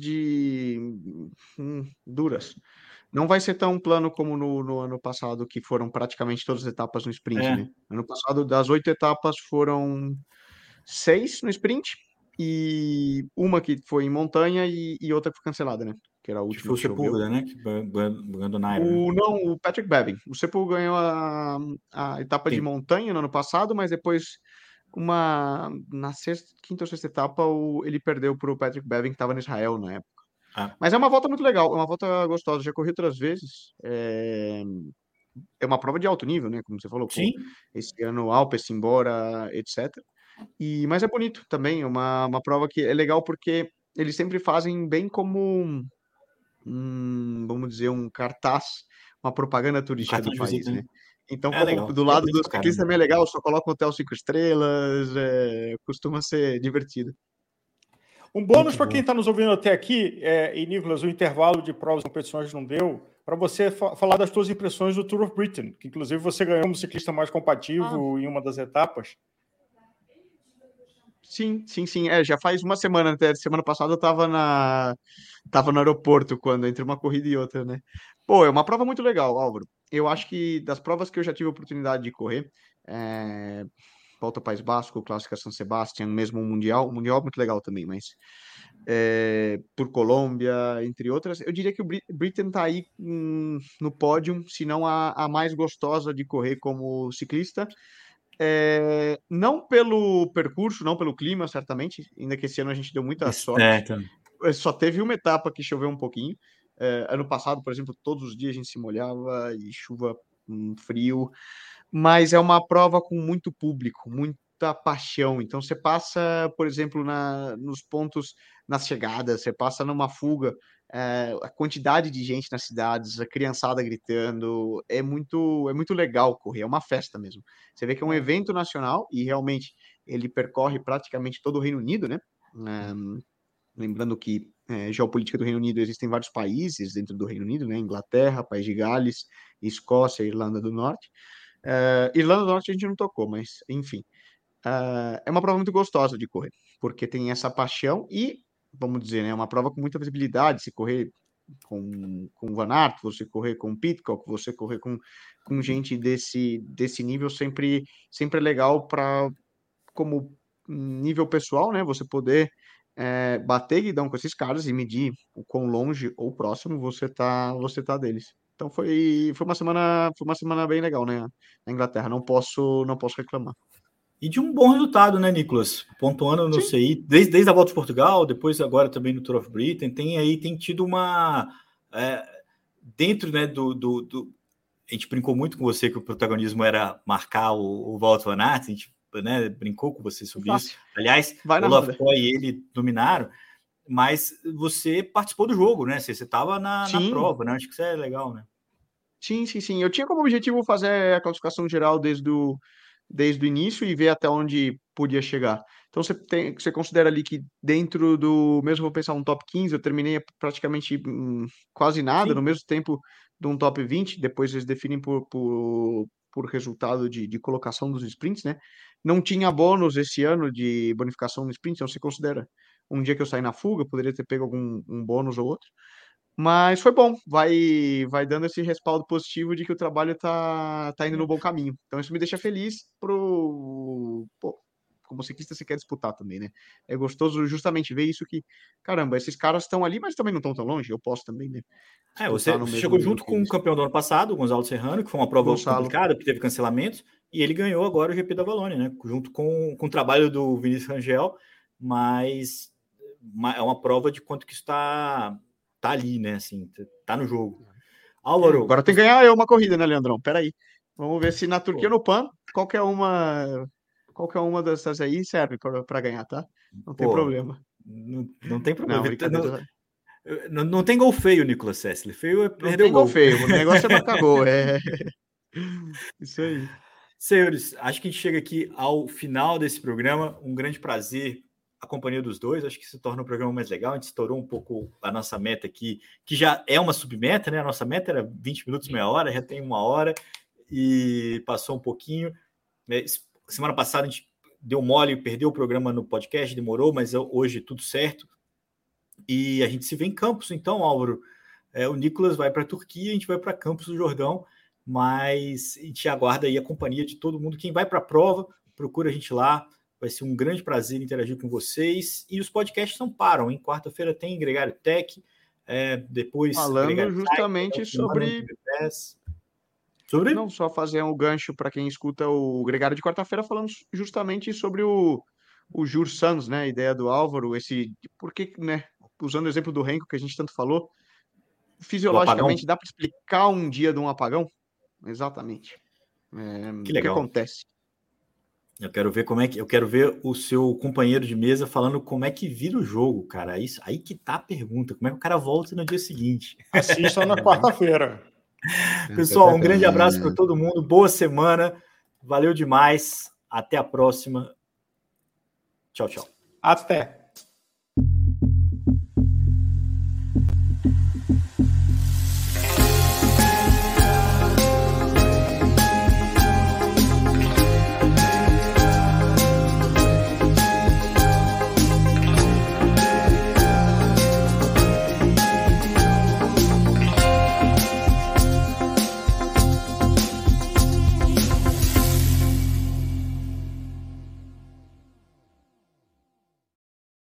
[SPEAKER 3] duras. Não vai ser tão plano como no ano passado, que foram praticamente todas as etapas no sprint, né? Ano passado, das 8 etapas, foram 6 no sprint, e uma que foi em montanha e outra que foi cancelada, né? Que era a última.
[SPEAKER 1] Que foi o Sepúlveda, né? Que ganhou do Nairo.
[SPEAKER 3] Não, o Patrick Bevin. O Sepúlveda ganhou a etapa de montanha no ano passado, mas depois, na quinta ou sexta etapa, ele perdeu para o Patrick Bevin, que estava no Israel na época. Mas é uma volta muito legal, é uma volta gostosa. Já corri outras vezes. É uma prova de alto nível, né? Como você falou.
[SPEAKER 1] Sim.
[SPEAKER 3] Esse ano, Alpes, Simbora, etc. Mas é bonito também. É uma prova que é legal porque eles sempre fazem bem como, vamos dizer, um cartaz, uma propaganda turística do país, né? Então, como do lado do ciclista também é legal, só coloca um hotel 5 estrelas, costuma ser divertido.
[SPEAKER 2] Um bônus para quem está nos ouvindo até aqui, e Nicolas, o intervalo de provas e competições não deu, para você falar das suas impressões do Tour of Britain, que inclusive você ganhou como ciclista mais combativo em uma das etapas.
[SPEAKER 3] Sim. Já faz uma semana, até semana passada eu estava no aeroporto, entre uma corrida e outra, né? Pô, é uma prova muito legal, Álvaro. Eu acho que das provas que eu já tive a oportunidade de correr, Volta ao País Basco, Clássica San Sebastián, mesmo o Mundial é muito legal também, mas por Colômbia, entre outras, eu diria que o Britain está aí no pódio, se não a mais gostosa de correr como ciclista. Não pelo percurso, não pelo clima, certamente, ainda que esse ano a gente deu muita sorte. Só teve uma etapa que choveu um pouquinho. Ano passado, por exemplo, todos os dias a gente se molhava e chuva, frio. Mas é uma prova com muito público, muita paixão. Então você passa, por exemplo, nos pontos, nas chegadas, você passa numa fuga, a quantidade de gente nas cidades, a criançada gritando, é muito legal correr, é uma festa mesmo. Você vê que é um evento nacional e realmente ele percorre praticamente todo o Reino Unido, né? Lembrando que geopolítica do Reino Unido, existem vários países dentro do Reino Unido, né? Inglaterra, País de Gales, Escócia, Irlanda do Norte. Irlanda do Norte a gente não tocou, mas enfim. É uma prova muito gostosa de correr, porque tem essa paixão e, vamos dizer, né, é uma prova com muita visibilidade. Se correr com Van Aert, você correr com Pidcock, você correr com gente desse nível, sempre é legal como nível pessoal, né? Você poder bater guidão com esses caras e medir o quão longe ou próximo você tá deles. Então foi uma semana bem legal, né, na Inglaterra. Não posso reclamar.
[SPEAKER 1] E de um bom resultado, né, Nicolas? Pontuando no CI, desde a volta de Portugal, depois agora também no Tour of Britain, tem tido uma... dentro, né, a gente brincou muito com você que o protagonismo era marcar o Wout van Aert, a gente, né, brincou com você sobre isso. Aliás, o Olaf Koy e ele dominaram, mas você participou do jogo, né? Você estava na prova, né? Acho que isso é legal, né?
[SPEAKER 3] Sim. Eu tinha como objetivo fazer a classificação geral desde desde o início e ver até onde podia chegar. Então você considera ali que dentro do, mesmo vou pensar um top 15, eu terminei praticamente quase nada,
[SPEAKER 1] Sim.
[SPEAKER 3] no mesmo tempo de um top 20, depois eles definem por resultado de colocação dos sprints, né? Não tinha bônus esse ano de bonificação no sprint, então você considera um dia que eu saí na fuga, poderia ter pego algum um bônus ou outro. Mas foi bom, vai dando esse respaldo positivo de que o trabalho tá indo no bom caminho. Então isso me deixa feliz pô, como ciclista você quer disputar também, né? É gostoso justamente ver isso que, caramba, esses caras estão ali, mas também não estão tão longe, eu posso também, né?
[SPEAKER 1] Você
[SPEAKER 3] Disputar no mesmo
[SPEAKER 1] chegou
[SPEAKER 3] nível
[SPEAKER 1] junto
[SPEAKER 3] que
[SPEAKER 1] com o
[SPEAKER 3] eles.
[SPEAKER 1] campeão do ano passado, o Gonzalo Serrano, que foi uma prova
[SPEAKER 3] Gonçalo.
[SPEAKER 1] complicada, que teve cancelamentos, e ele ganhou agora o GP da Valônia, né? Junto com o trabalho do Vinícius Rangel, mas é uma prova de quanto que está ali, né? Assim, tá no jogo. Álvaro.
[SPEAKER 3] Agora tem que ganhar eu uma corrida, né, Leandrão? Peraí. Vamos ver se na Turquia
[SPEAKER 1] Pô.
[SPEAKER 3] no PAN, qualquer uma dessas aí serve para ganhar, tá? Não tem
[SPEAKER 1] Pô,
[SPEAKER 3] problema.
[SPEAKER 1] não tem problema.
[SPEAKER 3] Não, brincadeira.
[SPEAKER 1] Não tem gol feio, Nicolas Sessler. Feio é
[SPEAKER 3] Não
[SPEAKER 1] perder
[SPEAKER 3] tem
[SPEAKER 1] o
[SPEAKER 3] gol
[SPEAKER 1] gol.
[SPEAKER 3] feio, o negócio é marcar gol, é isso aí.
[SPEAKER 1] Senhores, acho que a gente chega aqui ao final desse programa. Um grande prazer a companhia dos dois. Acho que se torna um programa mais legal. A gente estourou um pouco a nossa meta aqui, que já é uma submeta, né? A nossa meta era 20 minutos, meia hora, já tem 1 hora e passou um pouquinho. Semana passada a gente deu mole, perdeu o programa no podcast, demorou, mas hoje tudo certo. E a gente se vê em Campos, então, Álvaro. O Nicolas vai para a Turquia, a gente vai para Campos do Jordão, mas a gente aguarda aí a companhia de todo mundo. Quem vai para a prova, procura a gente lá. Vai ser um grande prazer interagir com vocês. E os podcasts não param, hein? Quarta-feira tem Gregário Tech, depois
[SPEAKER 3] Falando
[SPEAKER 1] Gregário
[SPEAKER 3] justamente
[SPEAKER 1] sobre...
[SPEAKER 3] Não só fazer um gancho para quem escuta o Gregário de quarta-feira, falando justamente sobre o Jur Sans, né? A ideia do Álvaro, porque, né? Usando o exemplo do Renko que a gente tanto falou, fisiologicamente dá para explicar um dia de um apagão? Exatamente.
[SPEAKER 1] Que legal.
[SPEAKER 3] O que acontece?
[SPEAKER 1] Eu quero ver eu quero ver o seu companheiro de mesa falando como é que vira o jogo, cara. Isso aí que tá a pergunta. Como é que o cara volta no dia seguinte?
[SPEAKER 2] Assistam na quarta-feira.
[SPEAKER 1] Pessoal, um grande abraço para todo mundo. Boa semana. Valeu demais. Até a próxima. Tchau, tchau.
[SPEAKER 2] Até.